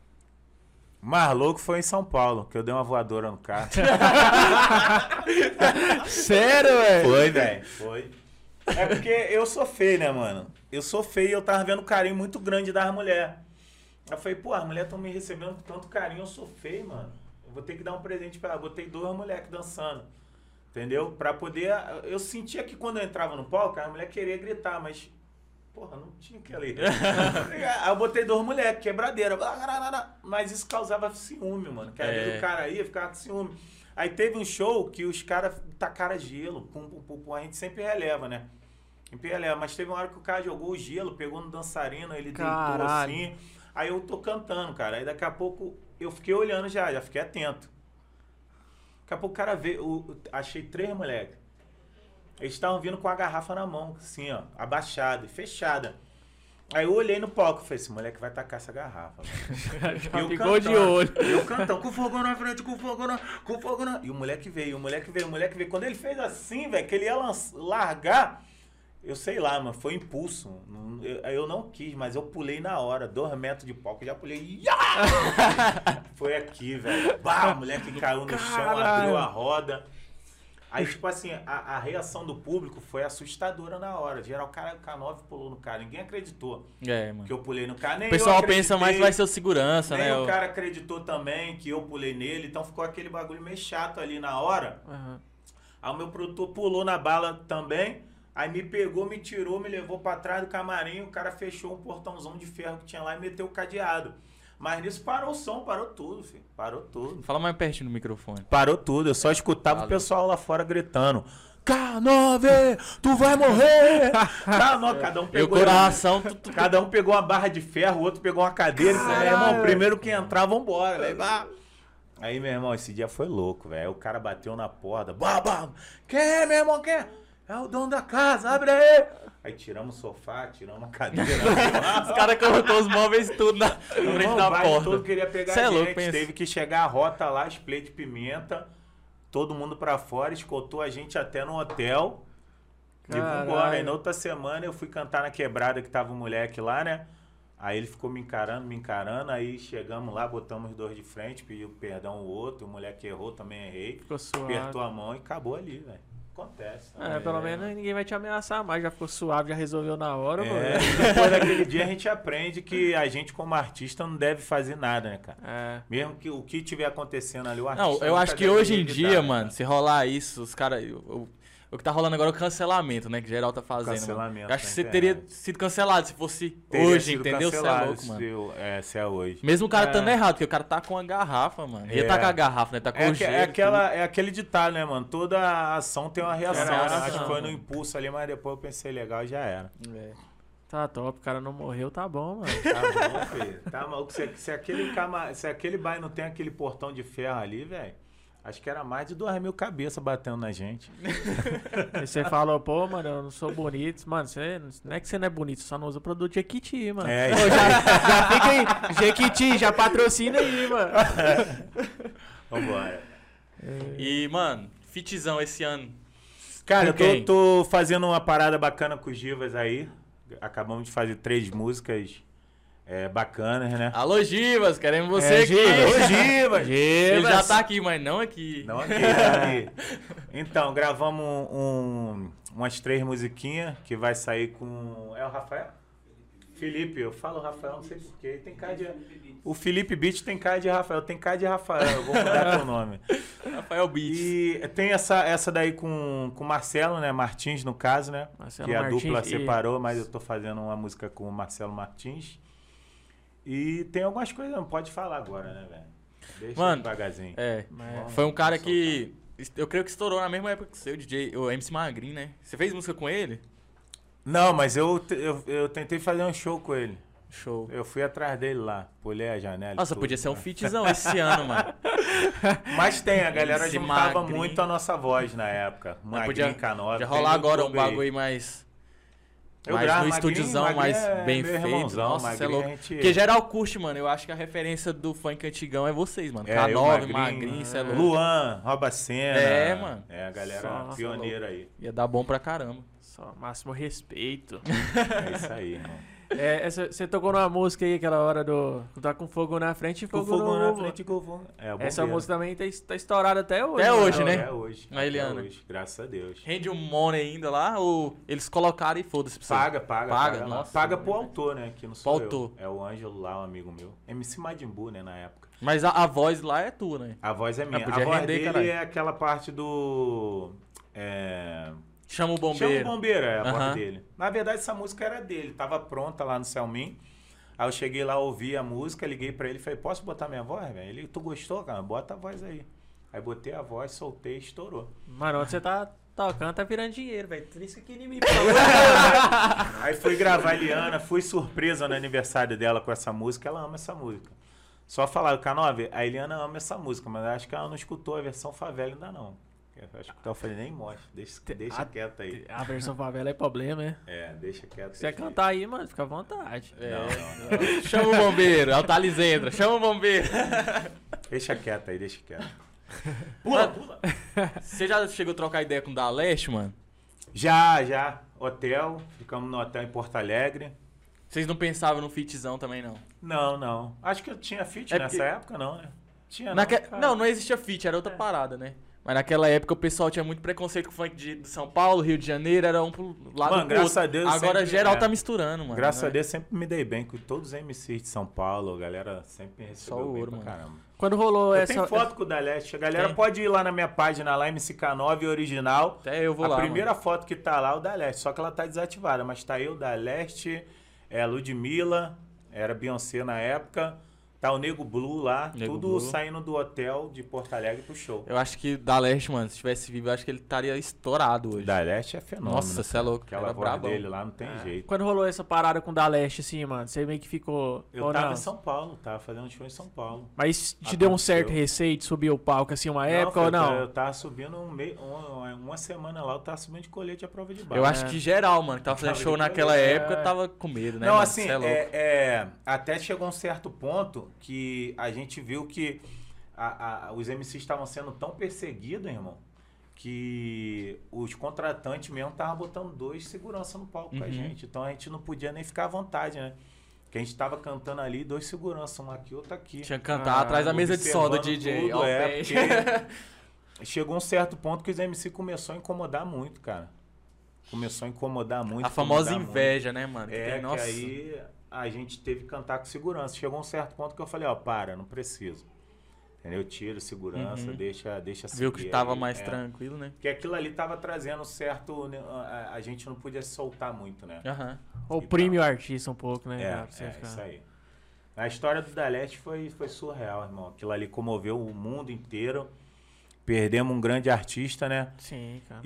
O mais louco foi em São Paulo, que eu dei uma voadora no carro. Sério, velho? Foi, velho. Foi. É porque eu sou feio, né, mano? Eu sou feio e eu tava vendo um carinho muito grande das mulheres. Eu falei, pô, as mulheres estão me recebendo com tanto carinho, eu sou feio, mano. Eu vou ter que dar um presente pra ela. Botei duas moleques dançando. Entendeu? Pra poder. Eu sentia que quando eu entrava no palco, a mulher queria gritar, mas. Porra, não tinha que ali. Aí eu botei duas moleques, quebradeira. Mas isso causava ciúme, mano. Que às É. vezes o cara ia ficar com ciúme. Aí teve um show que os caras tacaram gelo. Pum, pum, pum, pum. A gente sempre releva, né? Sempre releva. Mas teve uma hora que o cara jogou o gelo, pegou no dançarino, ele deitou Caralho. assim. Aí eu tô cantando, cara. Aí daqui a pouco eu fiquei olhando já, já fiquei atento. Daqui a pouco o cara veio, o- achei três moleques. Eles estavam vindo com a garrafa na mão, assim, ó, abaixada e fechada. Aí eu olhei no palco e falei, esse moleque vai tacar essa garrafa. mano. Já E eu ficou de cantando, olho. e eu cantando, com fogo na frente, com fogo na, com fogo na. E o moleque veio, o moleque veio, o moleque veio. Quando ele fez assim, velho, que ele ia lanç- largar, eu sei lá, mano, foi impulso. Não- Eu, eu não quis, mas eu pulei na hora, dois metros de palco, eu já pulei. Ia! Foi aqui, velho. Bah, o moleque caiu no chão, Caralho. abriu a roda. Aí, tipo assim, a, a reação do público foi assustadora na hora. Geral, o cara, o K nove pulou no cara. Ninguém acreditou É, mano. que eu pulei no cara. Nem O pessoal eu pensa acreditei, mais que vai ser o segurança, nem né? o O- cara acreditou também que eu pulei nele. Então ficou aquele bagulho meio chato ali na hora. Aham. Aí o meu produtor pulou na bala também. Aí me pegou, me tirou, me levou pra trás do camarim. O cara fechou um portãozão de ferro que tinha lá e meteu o cadeado. Mas nisso parou o som, parou tudo, filho. Parou tudo. Fala mais pertinho no microfone. Parou tudo. Eu só escutava o Valeu. pessoal lá fora gritando: K nove, tu vai morrer! K nove, cada um E o pegou. coração... tu- tu- Cada um pegou uma barra de ferro, o outro pegou uma cadeira e falou, meu irmão, primeiro que entrar, vambora, velho. Bah. Aí, meu irmão, esse dia foi louco, velho. Aí o cara bateu na porta. Bah, bah. Quem é, meu irmão? Quem é? É o dono da casa, abre aí. Aí tiramos o sofá, tiramos a cadeira. Os caras colocou os móveis tudo na na frente Irmão, da o baile porta. todo queria pegar Cê é a louco, gente. pensa. Teve que chegar a rota lá, spray de pimenta. Todo mundo pra fora, escoltou a gente até no hotel. E Caralho. vambora. Aí na outra semana eu fui cantar na quebrada que tava o moleque lá, né? Aí ele ficou me encarando, me encarando, aí chegamos lá, botamos os dois de frente, pediu perdão ao outro, o moleque errou, também errei. Ficou suave. Apertou a mão e acabou ali, velho. Acontece. É, pelo menos ninguém vai te ameaçar mais, já ficou suave, já resolveu na hora, É, mano. e depois daquele dia a gente aprende que a gente como artista não deve fazer nada, né, cara? É. Mesmo que o que tiver acontecendo ali, o artista Não, eu nunca acho que deve hoje em evitar, dia, né, mano, cara? se rolar isso, os caras. O, o que tá rolando agora é o cancelamento, né? Que geral tá fazendo. Mano. Cancelamento Eu acho que na você internet. teria sido cancelado se fosse Teria hoje, sido entendeu? Você é cancelado louco, mano. se, eu- é, se é hoje. Mesmo o cara É. estando errado, porque o cara tá com a garrafa, mano. Ele É. tá com a garrafa, né? Tá com É, o que- gelo. é, e aquela, é aquele ditado, né, mano? Toda ação tem uma reação. É, né? reação, Acho que foi no mano. impulso ali, mas depois eu pensei, legal, já era. tudo. É. Tá top, o cara não morreu, tá bom, mano. Tá bom, filho. Tá maluco. Se, se, aquele cama, se aquele bairro não tem aquele portão de ferro ali, velho, acho que era mais de duas mil cabeças batendo na gente. E você falou, pô, mano, eu não sou bonito. Mano, você, não é que você não é bonito, você só não usa produto Jequiti, mano. É, Pô, já, já fica aí, Jequiti, já patrocina aí, mano. Vambora. E, mano, fitzão esse ano. Cara, eu Com quem? tô, tô fazendo uma parada bacana com os Givas aí. Acabamos de fazer três músicas é, bacanas, né? Alô, Givas, queremos você É, aqui. Givas. Ô, Givas! Ele já tá aqui, mas não aqui. Não aqui, não aqui. Então, gravamos um, umas três musiquinhas que vai sair com... É o Rafael? Felipe, eu falo Rafael, não sei porquê. Tem cara de... O Felipe Beat tem cara de Rafael, tem cara de Rafael, eu vou mudar teu nome. Rafael Beats. E tem essa, essa daí com o Marcelo, né? Martins, no caso, né? Marcelo que a Martins, dupla e- separou, mas eu tô fazendo uma música com o Marcelo Martins. E tem algumas coisas, não pode falar agora, né, velho? Deixa Mano, devagarzinho. É. Mas- Foi um cara que. Eu creio que estourou na mesma época que o seu, D J, o M C Magrin, né? Você fez música com ele? Não, mas eu, te- eu, eu tentei fazer um show com ele. Show. Eu fui atrás dele lá, pulei a janela. e Nossa, tudo, podia ser um né? fitzão esse ano, mano. Mas tem, a galera Esse juntava magrinho. muito a nossa voz na época. Mas Magrinho, podia, Canova. podia tem rolar no agora um YouTube aí. bagulho aí mais. Eu mais gravo no Magrinho, estúdiozão, Magrinho mais é bem meu feito. irmãozão, Nossa, você é Magrinho louco. a gente- Porque geral curte, mano. Eu acho que a referência do funk antigão é vocês, mano. É, K eu, nove, Magrinho, Magrinho, você é louco. Luan, Robacena. É, mano. É, a galera Só- pioneira aí. Ia dar bom pra caramba. Só máximo respeito. É isso aí, irmão. É, essa- você tocou numa música aí, aquela hora do... Tá com fogo na frente e Com fogo, fogo no na ovo. frente, com fogo. É, o Essa bombeiro. música também tá, tá estourada até hoje. Até mano. hoje, né? Até hoje. A até Eliana. hoje, graças a Deus. Rende um money ainda lá, ou eles colocaram e foda-se pra você? Paga, paga, Paga, paga. lá. nossa. paga pro autor, né? Que não sou Pro eu. autor. É o Ângelo lá, um amigo meu. M C Madimbu, né, na época. Mas a, a voz lá é tua, né? A voz é minha. podia a voz render, dele caralho. é aquela parte do... É... Chama o bombeiro. Chama o bombeiro, é a Aham. voz dele. Na verdade, essa música era dele. Tava pronta lá no Selmin. Aí eu cheguei lá, ouvi a música, liguei pra ele e falei, posso botar minha voz, velho? Ele, tu gostou, cara? Bota a voz aí. Aí botei a voz, soltei e estourou. Mano, onde você tá tocando, tá virando dinheiro, velho. Trisca aqui em mim, Aí fui gravar a Eliana, fui surpresa no aniversário dela com essa música, ela ama essa música. Só falaram, Canove, a Eliana ama essa música, mas acho que ela não escutou a versão favela ainda não. Eu acho que eu falei, nem mostra, deixa, deixa a- quieto aí. A versão favela é problema, né? É, deixa quieto. Se você deixa cantar aí, mano, fica à vontade. É. Não, não, não. Chama o bombeiro, é o Talizendra. Chama o bombeiro. Deixa quieto aí, deixa quieto. Pula, pula. Você já chegou a trocar ideia com o da Leste, mano? Já, já. Hotel, ficamos no hotel em Porto Alegre. Vocês não pensavam no fitzão também, não? Não, não. Acho que eu tinha fit É nessa porque- época, não, né? Tinha Naque... não. Não, não existia fit, era outra parada, né? Mas naquela época o pessoal tinha muito preconceito com o funk de de São Paulo, Rio de Janeiro, era um pro lado Mano, pro graças outro. a Deus Agora sempre- geral é. tá misturando, mano. Graças né? a Deus sempre me dei bem com todos os M Cs de São Paulo, a galera sempre me Só recebeu o bem ouro, pra mano. caramba. Quando rolou Eu essa... tenho foto com o da Leste, a galera Tem? pode ir lá na minha página lá, M C K nove original. Até eu vou a lá, primeira foto que tá lá é o da Leste, só que ela tá desativada, mas tá eu, da Leste, é a Ludmilla, era Beyoncé na época, tá o Nego Blue lá, Nego tudo Blue. saindo do hotel de Porto Alegre pro show. Eu acho que da Leste, mano, se tivesse vivo, eu acho que ele estaria estourado hoje. Da Leste é fenômeno. Nossa, cê é louco, Aquela era voz brabão. dele lá não tem jeito. Quando rolou essa parada com o da Leste, assim, mano, você meio que ficou... Eu ou tava não? em São Paulo, tava fazendo show em São Paulo. Mas te deu um Aconteceu. certo receio de subir o palco, assim, uma época filho, ou não? Eu, eu tava subindo um mei, uma, uma semana lá, eu tava subindo de colete à prova de bala. Eu acho que geral, mano, que tava fazendo Tava show de naquela colete, época, é. tava com medo, né? Não, mano? assim, Cê é louco. é, é, até chegou um certo ponto que a gente viu que a- a- os M Cs estavam sendo tão perseguidos, irmão, que os contratantes mesmo estavam botando dois segurança no palco com a Uhum. gente. Então a gente não podia nem ficar à vontade, né? Porque Que a gente tava cantando ali, dois seguranças, um aqui, outro aqui. Tinha que cantar Ah, atrás da mesa de som do observando D J. tudo, ó, é, bem. porque chegou um certo ponto que os M C começou a incomodar muito, cara. Começou a incomodar muito. A famosa incomodar inveja, né, mano? muito. Que É, tem- nossa. que aí a gente teve que cantar com segurança. Chegou um certo ponto que eu falei, ó, para, não preciso. Entendeu? Tira segurança, Uhum. deixa, deixa seguir. Viu que tava aí, mais é. tranquilo, né? Porque aquilo ali tava trazendo certo... né, A, a gente não podia se soltar muito, né? Aham. Oprime o artista um pouco, né? É, cara, pra você é ficar- isso aí. A história do Daleste foi, foi surreal, irmão. Aquilo ali comoveu o mundo inteiro. Perdemos um grande artista, né? Sim, cara.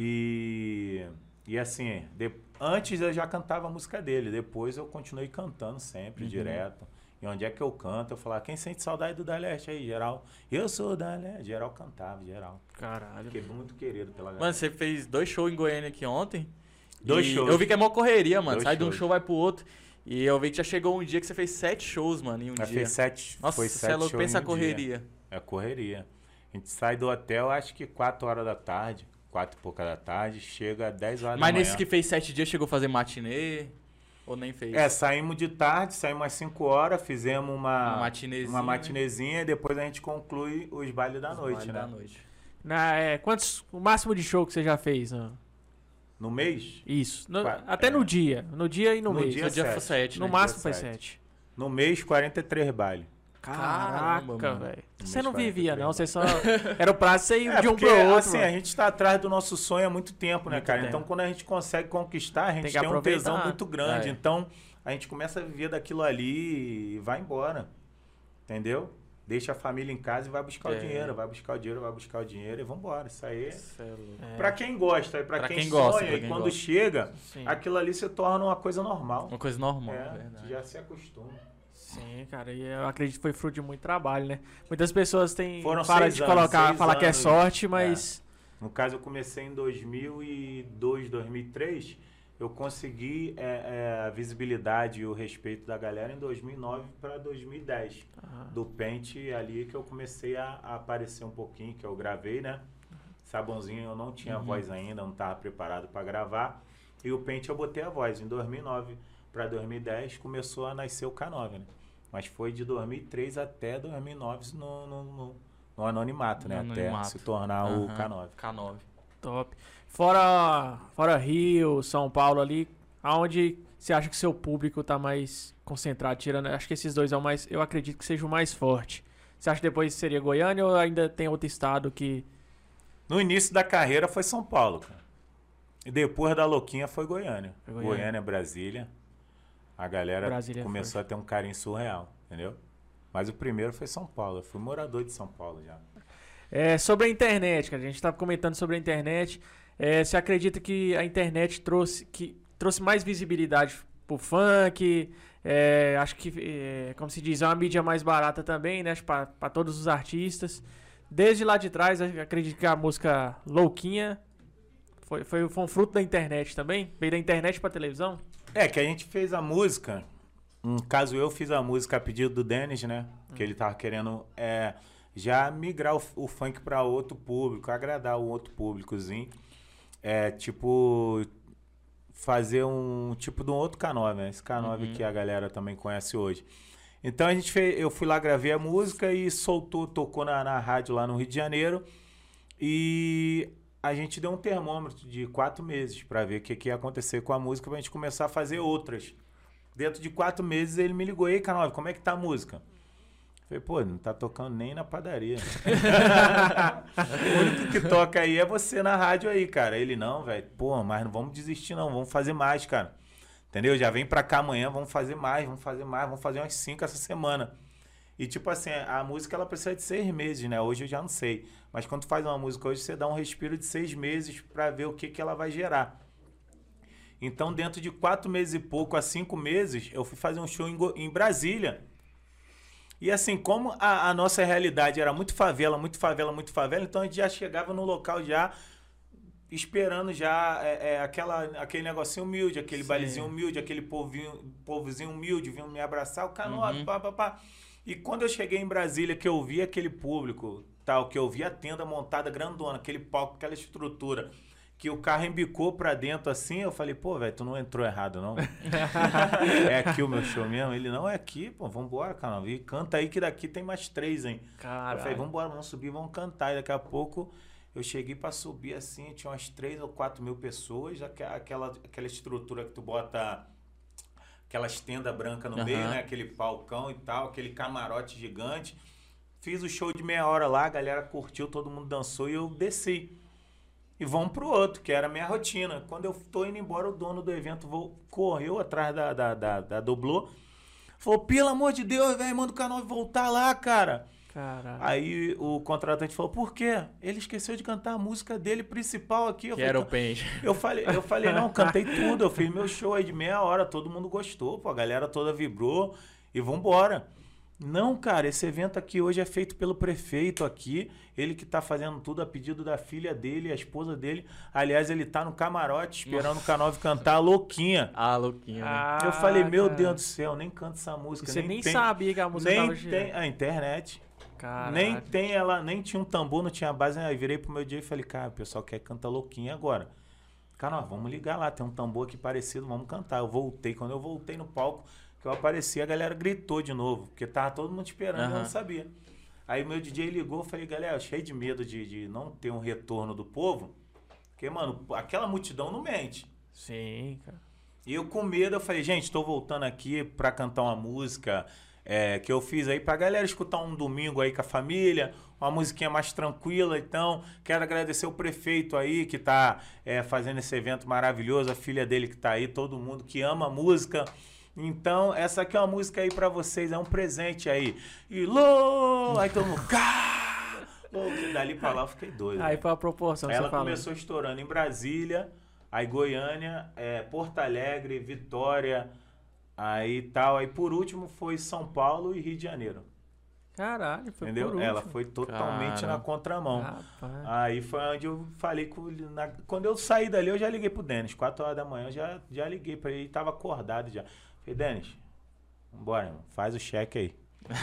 E, e assim, de- antes eu já cantava a música dele. Depois eu continuei cantando sempre, Uhum. direto. E onde é que eu canto? Eu falava, quem sente saudade do Daleste aí, geral? Eu sou o Daleste. Geral cantava, geral. Caralho. Fiquei muito querido pela galera. Mano, você fez dois shows em Goiânia aqui ontem. Dois E shows. Eu vi que é mó correria, mano. Dois Sai de um shows. show, vai pro outro. E eu vi que já chegou um dia que você fez sete shows, mano, em um Já dia. fez sete, Nossa, foi você sete é louco, shows pensa a em um dia. correria. É correria. A gente sai do hotel, acho que quatro horas da tarde, quatro e pouca da tarde, chega às dez horas Mas da manhã. nesse que fez sete dias, chegou a fazer matinê? Ou nem fez? É, saímos de tarde, saímos às cinco horas, fizemos uma, Uma matinezinha, uma matinezinha e depois a gente conclui os bailes da Os noite, bailes né? da noite. Na, é, quantos, o máximo de show que você já fez? Né? No mês? Isso. No- Qua- até é. no dia. No dia e no, No mês. dia No dia sete. foi sete, no né? máximo dia foi sete. sete. No mês, quarenta e três bailes. Caraca, Caramba, mano. velho. No Você mês não vivia, quarenta e três, não. Você só. Era o prazo você ir É, de um porque, pro outro. assim, mano. a gente tá atrás do nosso sonho há muito tempo, né, Muito cara? tempo. Então, quando a gente consegue conquistar, a gente Tem tem, que um tesão aproveitar. muito grande. É. Então, a gente começa a viver daquilo ali e vai embora. Entendeu? Deixa a família em casa e vai buscar É. o dinheiro, vai buscar o dinheiro, vai buscar o dinheiro e vambora. Isso aí... Cê é louco. É, Pra quem gosta e pra, Pra quem, quem gosta, sonha, pra e quem quando gosta. chega, sim. aquilo ali se torna uma coisa normal. Uma coisa normal, é, verdade. já se acostuma. Sim, cara. E eu acredito que foi fruto de muito trabalho, né? Muitas pessoas têm. Foram Para seis de anos, colocar, seis falar que é anos. sorte, mas. No caso, eu comecei em dois mil e dois, dois mil e três. Eu consegui é, é, a visibilidade e o respeito da galera em dois mil e nove para dois mil e dez. Ah, Do Pente ali que eu comecei a, a aparecer um pouquinho, que eu gravei, né? Sabãozinho eu não tinha Uhum. voz ainda, não estava preparado para gravar. E o Pente eu botei a voz. Em dois mil e nove para dois mil e dez começou a nascer o K nove, né? Mas foi de dois mil e três até dois mil e nove no, no, no, no anonimato, né? No Até anonimato. se tornar o Aham. K nove. K nove. top. Fora, fora Rio, São Paulo ali, aonde você acha que seu público tá mais concentrado? Tirando, acho que esses dois é o mais. Eu acredito que seja o mais forte. Você acha que depois seria Goiânia ou ainda tem outro estado que. No início da carreira foi São Paulo, cara. E depois da Louquinha foi Goiânia. Foi Goiânia. Goiânia, Brasília. A galera Brasília é começou a ter um carinho surreal, entendeu? Mas o primeiro foi São Paulo. Eu fui morador de São Paulo já. É, sobre a internet, cara. A gente tava comentando sobre a internet. É, você acredita que a internet trouxe, que, trouxe mais visibilidade pro funk? É, acho que, é, como se diz, é uma mídia mais barata também, né? Para todos os artistas. Desde lá de trás, eu acredito que a música Louquinha foi, foi, foi um fruto da internet também? Veio da internet pra televisão? É, que a gente fez a música. No caso, eu fiz a música a pedido do Denis, né? Que ele tava querendo é, já migrar o, o funk pra outro público, agradar o outro públicozinho. É, tipo, fazer um tipo de um outro K nove, né? Esse K nove Uhum. que a galera também conhece hoje. Então a gente fez, eu fui lá, gravei a música e soltou, tocou na, na rádio lá no Rio de Janeiro. E a gente deu um termômetro de quatro meses pra ver o que, que ia acontecer com a música pra gente começar a fazer outras. Dentro de quatro meses ele me ligou, ei, K nove, como é que tá a música? Eu falei, pô, não tá tocando nem na padaria. O único que toca aí é você na rádio aí, cara. Ele, não, velho, pô, mas não vamos desistir não, vamos fazer mais, cara. Entendeu? Já vem pra cá amanhã, vamos fazer mais, vamos fazer mais, vamos fazer umas cinco essa semana. E tipo assim, a música ela precisa de seis meses, né? Hoje eu já não sei. Mas quando tu faz uma música hoje, você dá um respiro de seis meses pra ver o que, que ela vai gerar. Então, dentro de quatro meses e pouco a cinco meses, eu fui fazer um show em, Go- em Brasília. E assim, como a, a nossa realidade era muito favela, muito favela, muito favela, então a gente já chegava no local já esperando já é, é, aquela, aquele negocinho humilde, aquele Sim. bailezinho humilde, aquele povinho, povozinho humilde, vindo me abraçar, o K nove, Uhum. pá, pá, pá. E quando eu cheguei em Brasília, que eu vi aquele público, tal, que eu vi a tenda montada grandona, aquele palco, aquela estrutura, que o carro embicou pra dentro assim, eu falei, pô, velho, tu não entrou errado, não. É aqui o meu show mesmo? Ele, não, é aqui, pô, vambora, cara. E canta aí que daqui tem mais três, hein. Caralho. Eu falei, vambora, vamos subir, vamos cantar. E daqui a pouco eu cheguei pra subir assim, tinha umas três ou quatro mil pessoas, aquela, aquela estrutura que tu bota aquelas tendas brancas no Uhum. meio, né, aquele palcão e tal, aquele camarote gigante. Fiz o show de meia hora lá, a galera curtiu, todo mundo dançou e eu desci. E vamos pro outro, que era a minha rotina. Quando eu tô indo embora, o dono do evento vou, correu atrás da, da, da, da Doblô. Falou, pelo amor de Deus, velho, manda o canal voltar lá, cara. Caralho. Aí o contratante falou, por quê? Ele esqueceu de cantar a música dele principal aqui. Eu Que falei, era o Penge. eu falei, eu falei, não, cantei tudo. Eu fiz meu show aí de meia hora, todo mundo gostou, pô, a galera toda vibrou e vambora. Não, cara, esse evento aqui hoje é feito pelo prefeito aqui, ele que tá fazendo tudo a pedido da filha dele, a esposa dele. Aliás, ele tá no camarote esperando o K nove cantar a Louquinha. Ah, louquinho, né? Ah, Eu falei, meu cara. Deus do céu, nem canto essa música. Você nem, nem tem, sabia que a música nem tava tem girando. a internet. Caralho. Nem tem ela, nem tinha um tambor, não tinha base. Aí virei pro meu dia e falei, cara, o pessoal quer cantar Louquinha agora. Cara, ó, vamos ligar lá, tem um tambor aqui parecido, vamos cantar. Eu voltei, quando eu voltei no palco, que eu apareci, a galera gritou de novo, porque tava todo mundo esperando, Uhum. eu não sabia. Aí o meu D J ligou, eu falei, galera, cheio de medo de, de não ter um retorno do povo, porque, mano, aquela multidão não mente. Sim, cara. E eu com medo, eu falei, gente, tô voltando aqui pra cantar uma música é, que eu fiz aí pra galera escutar um domingo aí com a família, uma musiquinha mais tranquila. Então, quero agradecer o prefeito aí que tá é, fazendo esse evento maravilhoso, a filha dele que tá aí, todo mundo que ama música. Então, essa aqui é uma música aí pra vocês, é um presente aí. E lô! Aí todo mundo, cá! Lô! Dali pra lá eu fiquei doido. Aí né? foi a proporção que Aí você ela falou. começou estourando em Brasília, aí Goiânia, é, Porto Alegre, Vitória, aí tal. Aí por último foi São Paulo e Rio de Janeiro. Caralho, foi Entendeu? por último. Ela foi totalmente Cara. na contramão. Rapaz. Aí foi onde eu falei com na, quando eu saí dali, eu já liguei pro Denis. quatro horas da manhã, eu já, já liguei pra ele, ele tava acordado já. Falei, Denis, vambora, irmão, faz o cheque aí.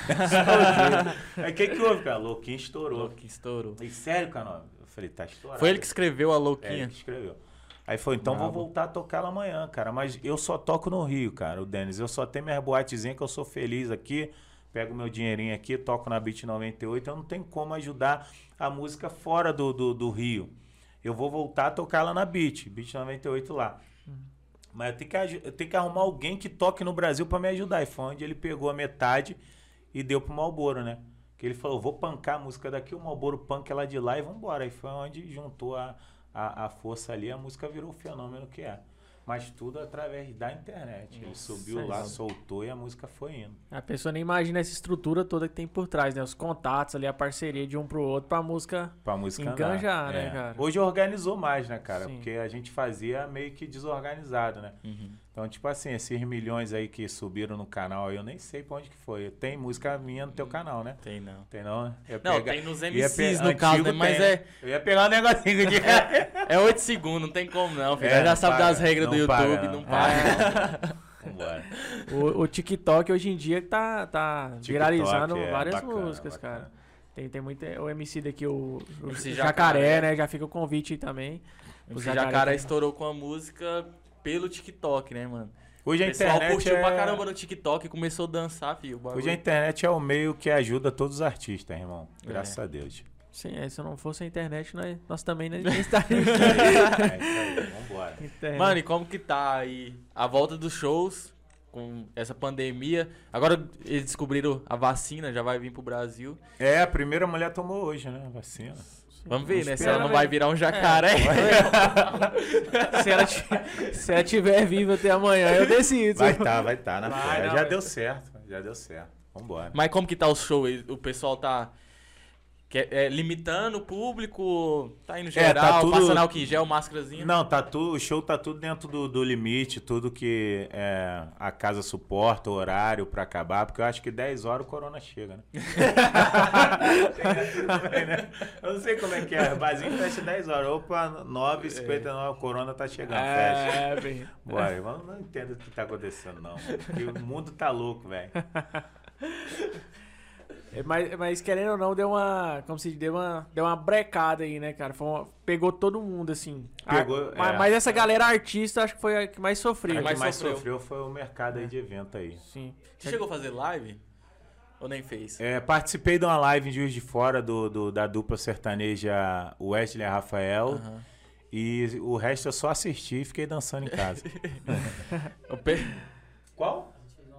Aí o que que houve, cara? Louquinho estourou. Louquinho estourou. E sério, Canova? Eu falei, tá estourado. Foi ele que escreveu a É, louquinha. ele que escreveu. Aí foi, então vou Brabo. voltar a tocar lá amanhã, cara. Mas eu só toco no Rio, cara, o Denis. Eu só tenho minhas boatezinhas que eu sou feliz aqui. Pego meu dinheirinho aqui, toco na Beat noventa e oito. Eu não tenho como ajudar a música fora do, do, do Rio. Eu vou voltar a tocar lá na Beat, Beat noventa e oito lá. Mas eu tenho, que, aju- eu tenho que arrumar alguém que toque no Brasil pra me ajudar. E foi onde ele pegou a metade e deu pro Malboro, né? Que ele falou, vou pancar a música daqui, o Malboro panca ela de lá e vambora. Aí foi onde juntou a, a, a força ali, a música virou o fenômeno que é. Mas tudo através da internet. Ele subiu lá, Sensacional. soltou e a música foi indo. A pessoa nem imagina essa estrutura toda que tem por trás, né? Os contatos ali, a parceria de um pro outro pra música. Pra música Enganjar, andar. né, É. cara? Hoje organizou mais, né, cara? Sim. Porque a gente fazia meio que desorganizado, né? Uhum. Então, tipo assim, esses milhões aí que subiram no canal, aí eu nem sei pra onde que foi. Tem música minha no teu canal, né? Tem não. Tem não? Eu Não, pega- tem nos ia M Cs pe- no caso, né? antigo Mas tem. é, Eu ia pegar um negocinho de... é oito segundos, não tem como não, filho. É, Já não sabe paga, das regras do não YouTube, paga, não não. paga. Vambora. O, o TikTok hoje em dia tá, tá TikTok, viralizando é, várias bacana, músicas, bacana. cara. Tem, tem muito. O M C daqui, o, o M C Jacaré, Jacaré, né? Já fica o convite aí também. O Jacaré Jacaré também. estourou com a música pelo TikTok, né, mano? Hoje O a pessoal internet curtiu é... pra caramba no TikTok e começou a dançar, filho. O bagulho. Hoje a internet é o meio que ajuda todos os artistas, irmão. Graças É. a Deus. Sim, é, se não fosse a internet, nós, nós também nem nem estaríamos É isso aí, vambora. aqui. Mano, e como que tá aí a volta dos shows com essa pandemia? Agora eles descobriram a vacina, já vai vir pro Brasil. É, a primeira mulher tomou hoje, né? A vacina. Vamos ver, né? Se esperar, ela não né? vai virar um jacaré. se, ela ti- se ela estiver viva até amanhã, eu decido. Vai tá, vai tá na Vai, fé. não, Já vai. deu certo, já deu certo. Vambora. Mas como que tá o show? O pessoal tá que- é, limitando o público? Tá indo É, geral, tá tudo- passando álcool em gel, máscarazinha? Não, tá tudo, o show tá tudo dentro do, do limite, tudo que é, a casa suporta, o horário pra acabar, porque eu acho que dez horas o corona chega, né? Também, né? Eu não sei como é que é, o barzinho fecha dez horas, opa, nove e cinquenta e nove, o corona tá chegando, fecha. É, bem. Bora, eu não entendo o que tá acontecendo, não. Porque o mundo tá louco, velho. Mas, mas querendo ou não, deu uma. Como se diz, deu uma, deu uma brecada aí, né, cara? Foi uma- pegou todo mundo, assim. Pegou, A- mas, é. mas essa galera artista, acho que foi a que mais sofreu. O que mais mais sofreu. sofreu foi o mercado aí de evento aí. Sim. Você chegou a fazer live? Ou nem fez? É, participei de uma live em Juiz de Fora do, do- da dupla sertaneja Wesley e Rafael. Aham. E o resto eu só assisti e fiquei dançando em casa. Eu pe- Qual?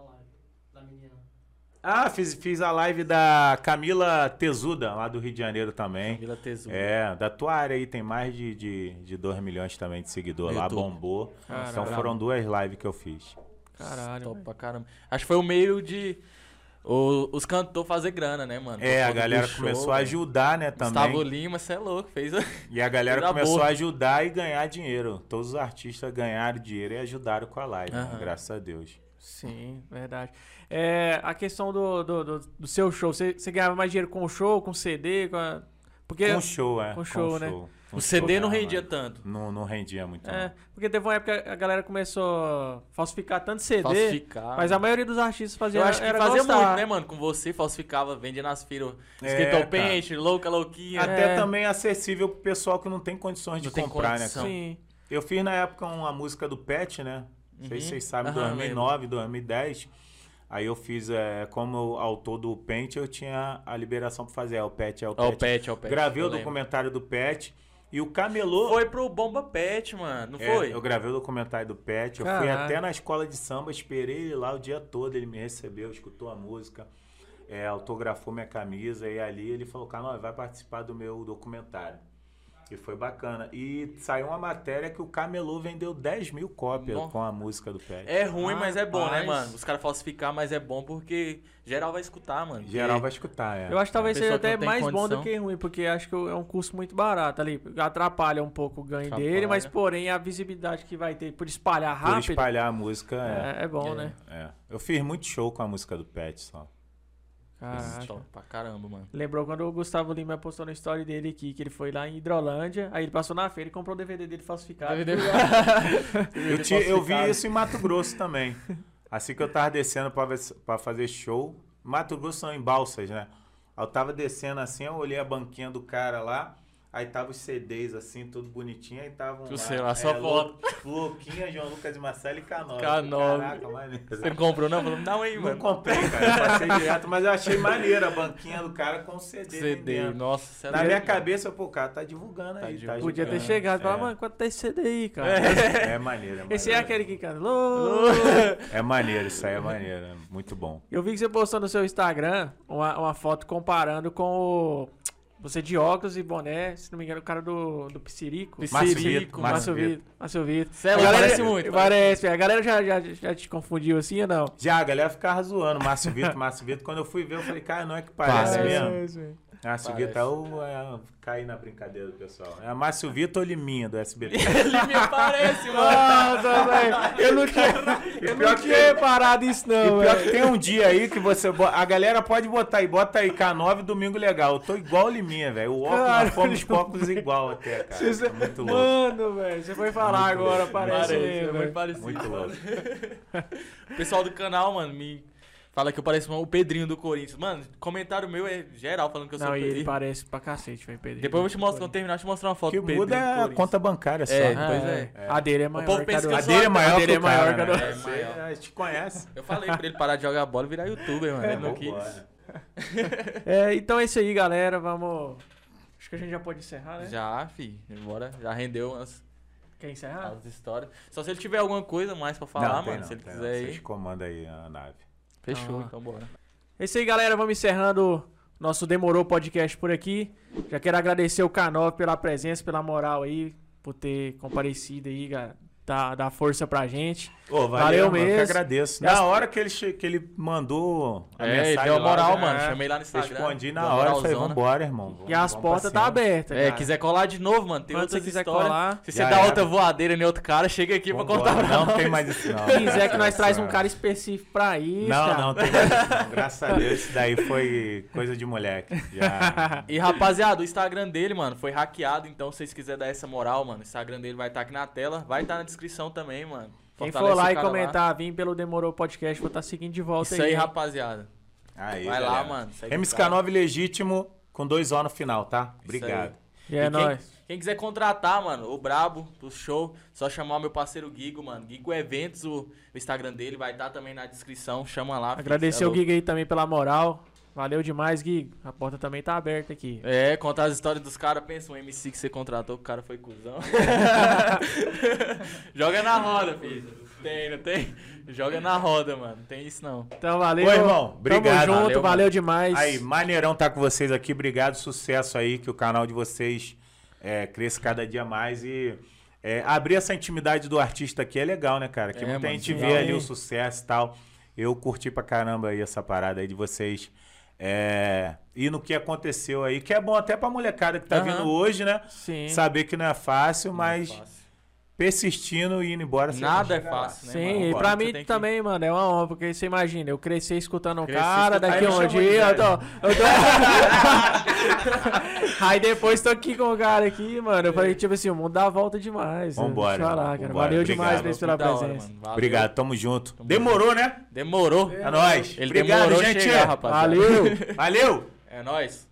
Ah, fiz, fiz a live da Camila Tesuda, lá do Rio de Janeiro também. Vila Tesouro. É, da tua área aí tem mais de, de, de dois milhões também de seguidor No lá, YouTube. bombou. Caralho. Então foram duas lives que eu fiz. Caralho. Top velho. pra caramba. Acho que foi o meio de o- os cantores fazer grana, né, mano? É, Por a conta do galera show, começou a velho. ajudar, né, também. Gustavo Lima, você é louco, fez. E a galera Coisa começou boa. a ajudar e ganhar dinheiro. Todos os artistas ganharam dinheiro e ajudaram com a live, né? Aham. Graças a Deus. Sim, verdade. É, a questão do, do, do, do seu show, você, você ganhava mais dinheiro com o show, com C D, com a... Porque, Com show, é. com show, né? O C D não Funciona, rendia né? tanto. Não, não rendia muito, é, não. porque teve uma época que a galera começou a falsificar tanto C D, Falsificar. mas a maioria dos artistas fazia Eu acho que era fazia gostar. muito, né, mano? Com você, falsificava, vendia nas feiras, É, escrito ao cara. pente, louca, louquinha. Até É. também acessível pro pessoal que não tem condições de Não tem comprar, condição. né, Sim. cara? Eu fiz na época uma música do Pet, né? Não sei se Uhum. vocês sabem, Aham, dois mil e nove, dois mil e dez. Aí eu fiz, é, como autor do Pente, eu tinha a liberação pra fazer. É o Pet, é o Ó, o Pet. Pet, ó, o Pet. Gravei eu o lembro. documentário do Pet. E o Camelô... Foi pro Bomba Pet, mano, não É, foi? eu gravei o documentário do Pet. Eu fui Caralho. até na escola de samba, esperei ele lá o dia todo. Ele me recebeu, escutou a música, é, autografou minha camisa. E ali ele falou, cara, vai participar do meu documentário. E foi bacana. E saiu uma matéria que o Camelô vendeu dez mil cópias Nossa. com a música do Pet. É ruim, mas é bom, né, Rapaz. mano? Os caras falsificar, mas é bom porque geral vai escutar, mano. Geral Porque vai escutar, é. Eu acho que talvez Pessoa seja que não até tem mais bom do condição. que ruim, porque acho que é um custo muito barato ali. Atrapalha um pouco o ganho Atrapalha. dele, mas porém a visibilidade que vai ter por espalhar Por rápido espalhar a música, é. é, é bom, É. né? é. Eu fiz muito show com a música do Pet só. Caraca. Top pra caramba, mano. Lembrou quando o Gustavo Lima postou na story dele aqui, que ele foi lá em Hidrolândia, aí ele passou na feira e comprou o D V D dele falsificado. Eu, ti- eu vi isso em Mato Grosso também. Assim que eu tava descendo pra, ver- pra fazer show. Mato Grosso são em Balsas, né? Aí eu tava descendo assim, eu olhei a banquinha do cara lá. Aí tava os C Ds assim, tudo bonitinho. Aí tava um. Tu sei lá, só foto. Louquinha, João Lucas de Marcelo e Canova. Canova. Caraca, maneiro. Você não comprou, não? Falou, dá um aí, Não mano. comprei, cara. Eu passei direto, mas eu achei maneiro a banquinha do cara com o C D. C D, vendendo. nossa, você é Na louco, minha mano. cabeça, pô, o cara tá divulgando Tá aí. divulgando. Podia ter divulgando. chegado e falar, É. mano, quanto tá esse C D aí, cara? É maneiro, é maneiro. Esse é aquele que canta. É maneiro, isso aí é maneiro, é muito bom. Eu vi que você postou no seu Instagram uma, uma foto comparando com o. Você de óculos e boné, se não me engano, o cara do, do Psirico. Márcio Psirico, Vitor, Márcio Márcio Vitor. Vitor. Márcio Vitor. Cê é A louco, galera- parece muito, Parece. A galera já, já, já te confundiu assim ou não? Já, a galera ficava zoando, Márcio Vitor, Márcio Vitor. Quando eu fui ver, eu falei, cara, não é que parece, Parece. mesmo? Márcio Parece. Vitor é o... É, caí na brincadeira do pessoal. É Márcio Vitor ou Liminha, do S B T. Ele me parece, mano. Nossa, velho. Eu não tinha, eu não pior que- tinha reparado isso, E não, pior velho. que tem um dia aí que você... bo- A galera pode botar aí, bota aí, K nove, Domingo Legal. Eu tô igual o Liminha, velho. O óculos, Caralho. nós fomos óculos igual até, cara. Você- É muito louco. Mano, velho, você foi falar Muito agora, louco. parece, Parece, é mesmo, muito velho. parecido. Muito mano. louco. O pessoal do canal, mano, me fala que eu pareço o Pedrinho do Corinthians. Mano, comentário meu é geral falando que eu sou Não, o e ele Pedrinho. parece pra cacete, velho, Pedro. Depois eu vou te mostrar, quando terminar, eu te mostrar uma O foto que do Pedrinho muda do é a Corinthians. conta bancária só. É, né? pois é. A dele é maior. povo pensa que eu A sou dele é a maior dele que é o maior cara, que a né? do- É, Você, maior. a gente conhece. Eu falei pra ele parar de jogar bola e virar youtuber, mano. É, ele não quis. vambora. É, então é isso aí, galera. Vamos. Acho que a gente já pode encerrar, né? Já, fi. Bora. Já rendeu umas, Quer encerrar? umas histórias. Só se ele tiver alguma coisa mais pra falar, Não, tem mano. não, se ele tem quiser não. aí. Vocês comandam aí a nave. Fechou, Ah. então bora. É isso aí, galera. Vamos encerrando nosso Demorou Podcast por aqui. Já quero agradecer o K nove pela presença, pela moral aí, por ter comparecido aí, cara. Dar, dar força pra gente. Ô, valeu, Valeu mano, mesmo. que agradeço. E as- Na hora que ele, che- que ele mandou a É, ele mensagem deu a lá, moral, já- mano. é, Chamei lá no Instagram. Respondi na deu uma hora, falei, moralzona. vambora, irmão. E as portas tá abertas, É, cara. quiser colar de novo, mano, tem Quando outras você quiser histórias. colar, Se você já dá era. outra voadeira em outro cara, chega aqui pra contar pra Não nós. tem mais isso, não. Se quiser que nós traz um Essa- cara específico pra isso, Não, cara. não, tem mais isso, não. Graças a Deus, isso daí foi coisa de moleque. Já... E rapaziada, o Instagram dele, mano, foi hackeado, então se vocês quiserem dar essa moral, mano, o Instagram dele vai estar aqui na tela, vai estar na descrição também, mano. Quem Fortalece for lá o e cara comentar, vim pelo Demorou Podcast, vou estar seguindo de volta Isso aí. aí, hein? rapaziada. Aí, Vai galera. lá, mano. segue M o C cara. K nove legítimo com dois O no final, tá? Isso Obrigado. E é E quem, nóis. quem quiser contratar, mano, o Brabo, pro show, só chamar o meu parceiro Guigo, mano. Guigo Eventos, o, o Instagram dele vai estar também na descrição. Chama lá. filho, Agradecer cê é o louco. Giga aí também pela moral. Valeu demais, Giga. A porta também tá aberta aqui. É, contar as histórias dos caras. Pensa, um M C que você contratou, que o cara foi cuzão. Joga na roda, filho. Tem, não tem? Joga na roda, mano. Não tem isso, não. Então, valeu. Ô, irmão, obrigado. Tamo junto, Valeu, valeu, mano. demais. Aí, maneirão tá com vocês aqui. Obrigado, sucesso aí, que o canal de vocês é, cresça cada dia mais e é, abrir essa intimidade do artista aqui é legal, né, cara? Que É, muita mano, gente sim. vê ali o sucesso e tal. Eu curti pra caramba aí essa parada aí de vocês é, e no que aconteceu aí, que é bom até pra molecada que tá Aham. vindo hoje, né? Sim. Saber que não é fácil, mas Não é fácil. persistindo e indo embora. você Nada é vai chegar lá. fácil, né, Sim, mano? e Bora, pra Você mim tem que- também, mano, é uma honra, porque você imagina, eu cresci escutando um Cresci cara, escutando- daqui Aí me um chamou de dia, eu tô, velho. eu tô... Aí depois tô aqui com o cara aqui, mano, eu falei, tipo assim, o mundo dá a volta demais. Vambora, Deixa eu falar, irmão, cara, vambora, valeu obrigado. demais mesmo pela Da hora, presença. mano. Valeu. Obrigado, tamo junto. Tamo Demorou, né? Demorou. É nóis. Ele Obrigado, demorou gente. chegar, rapaziada. Valeu! Valeu! É nóis.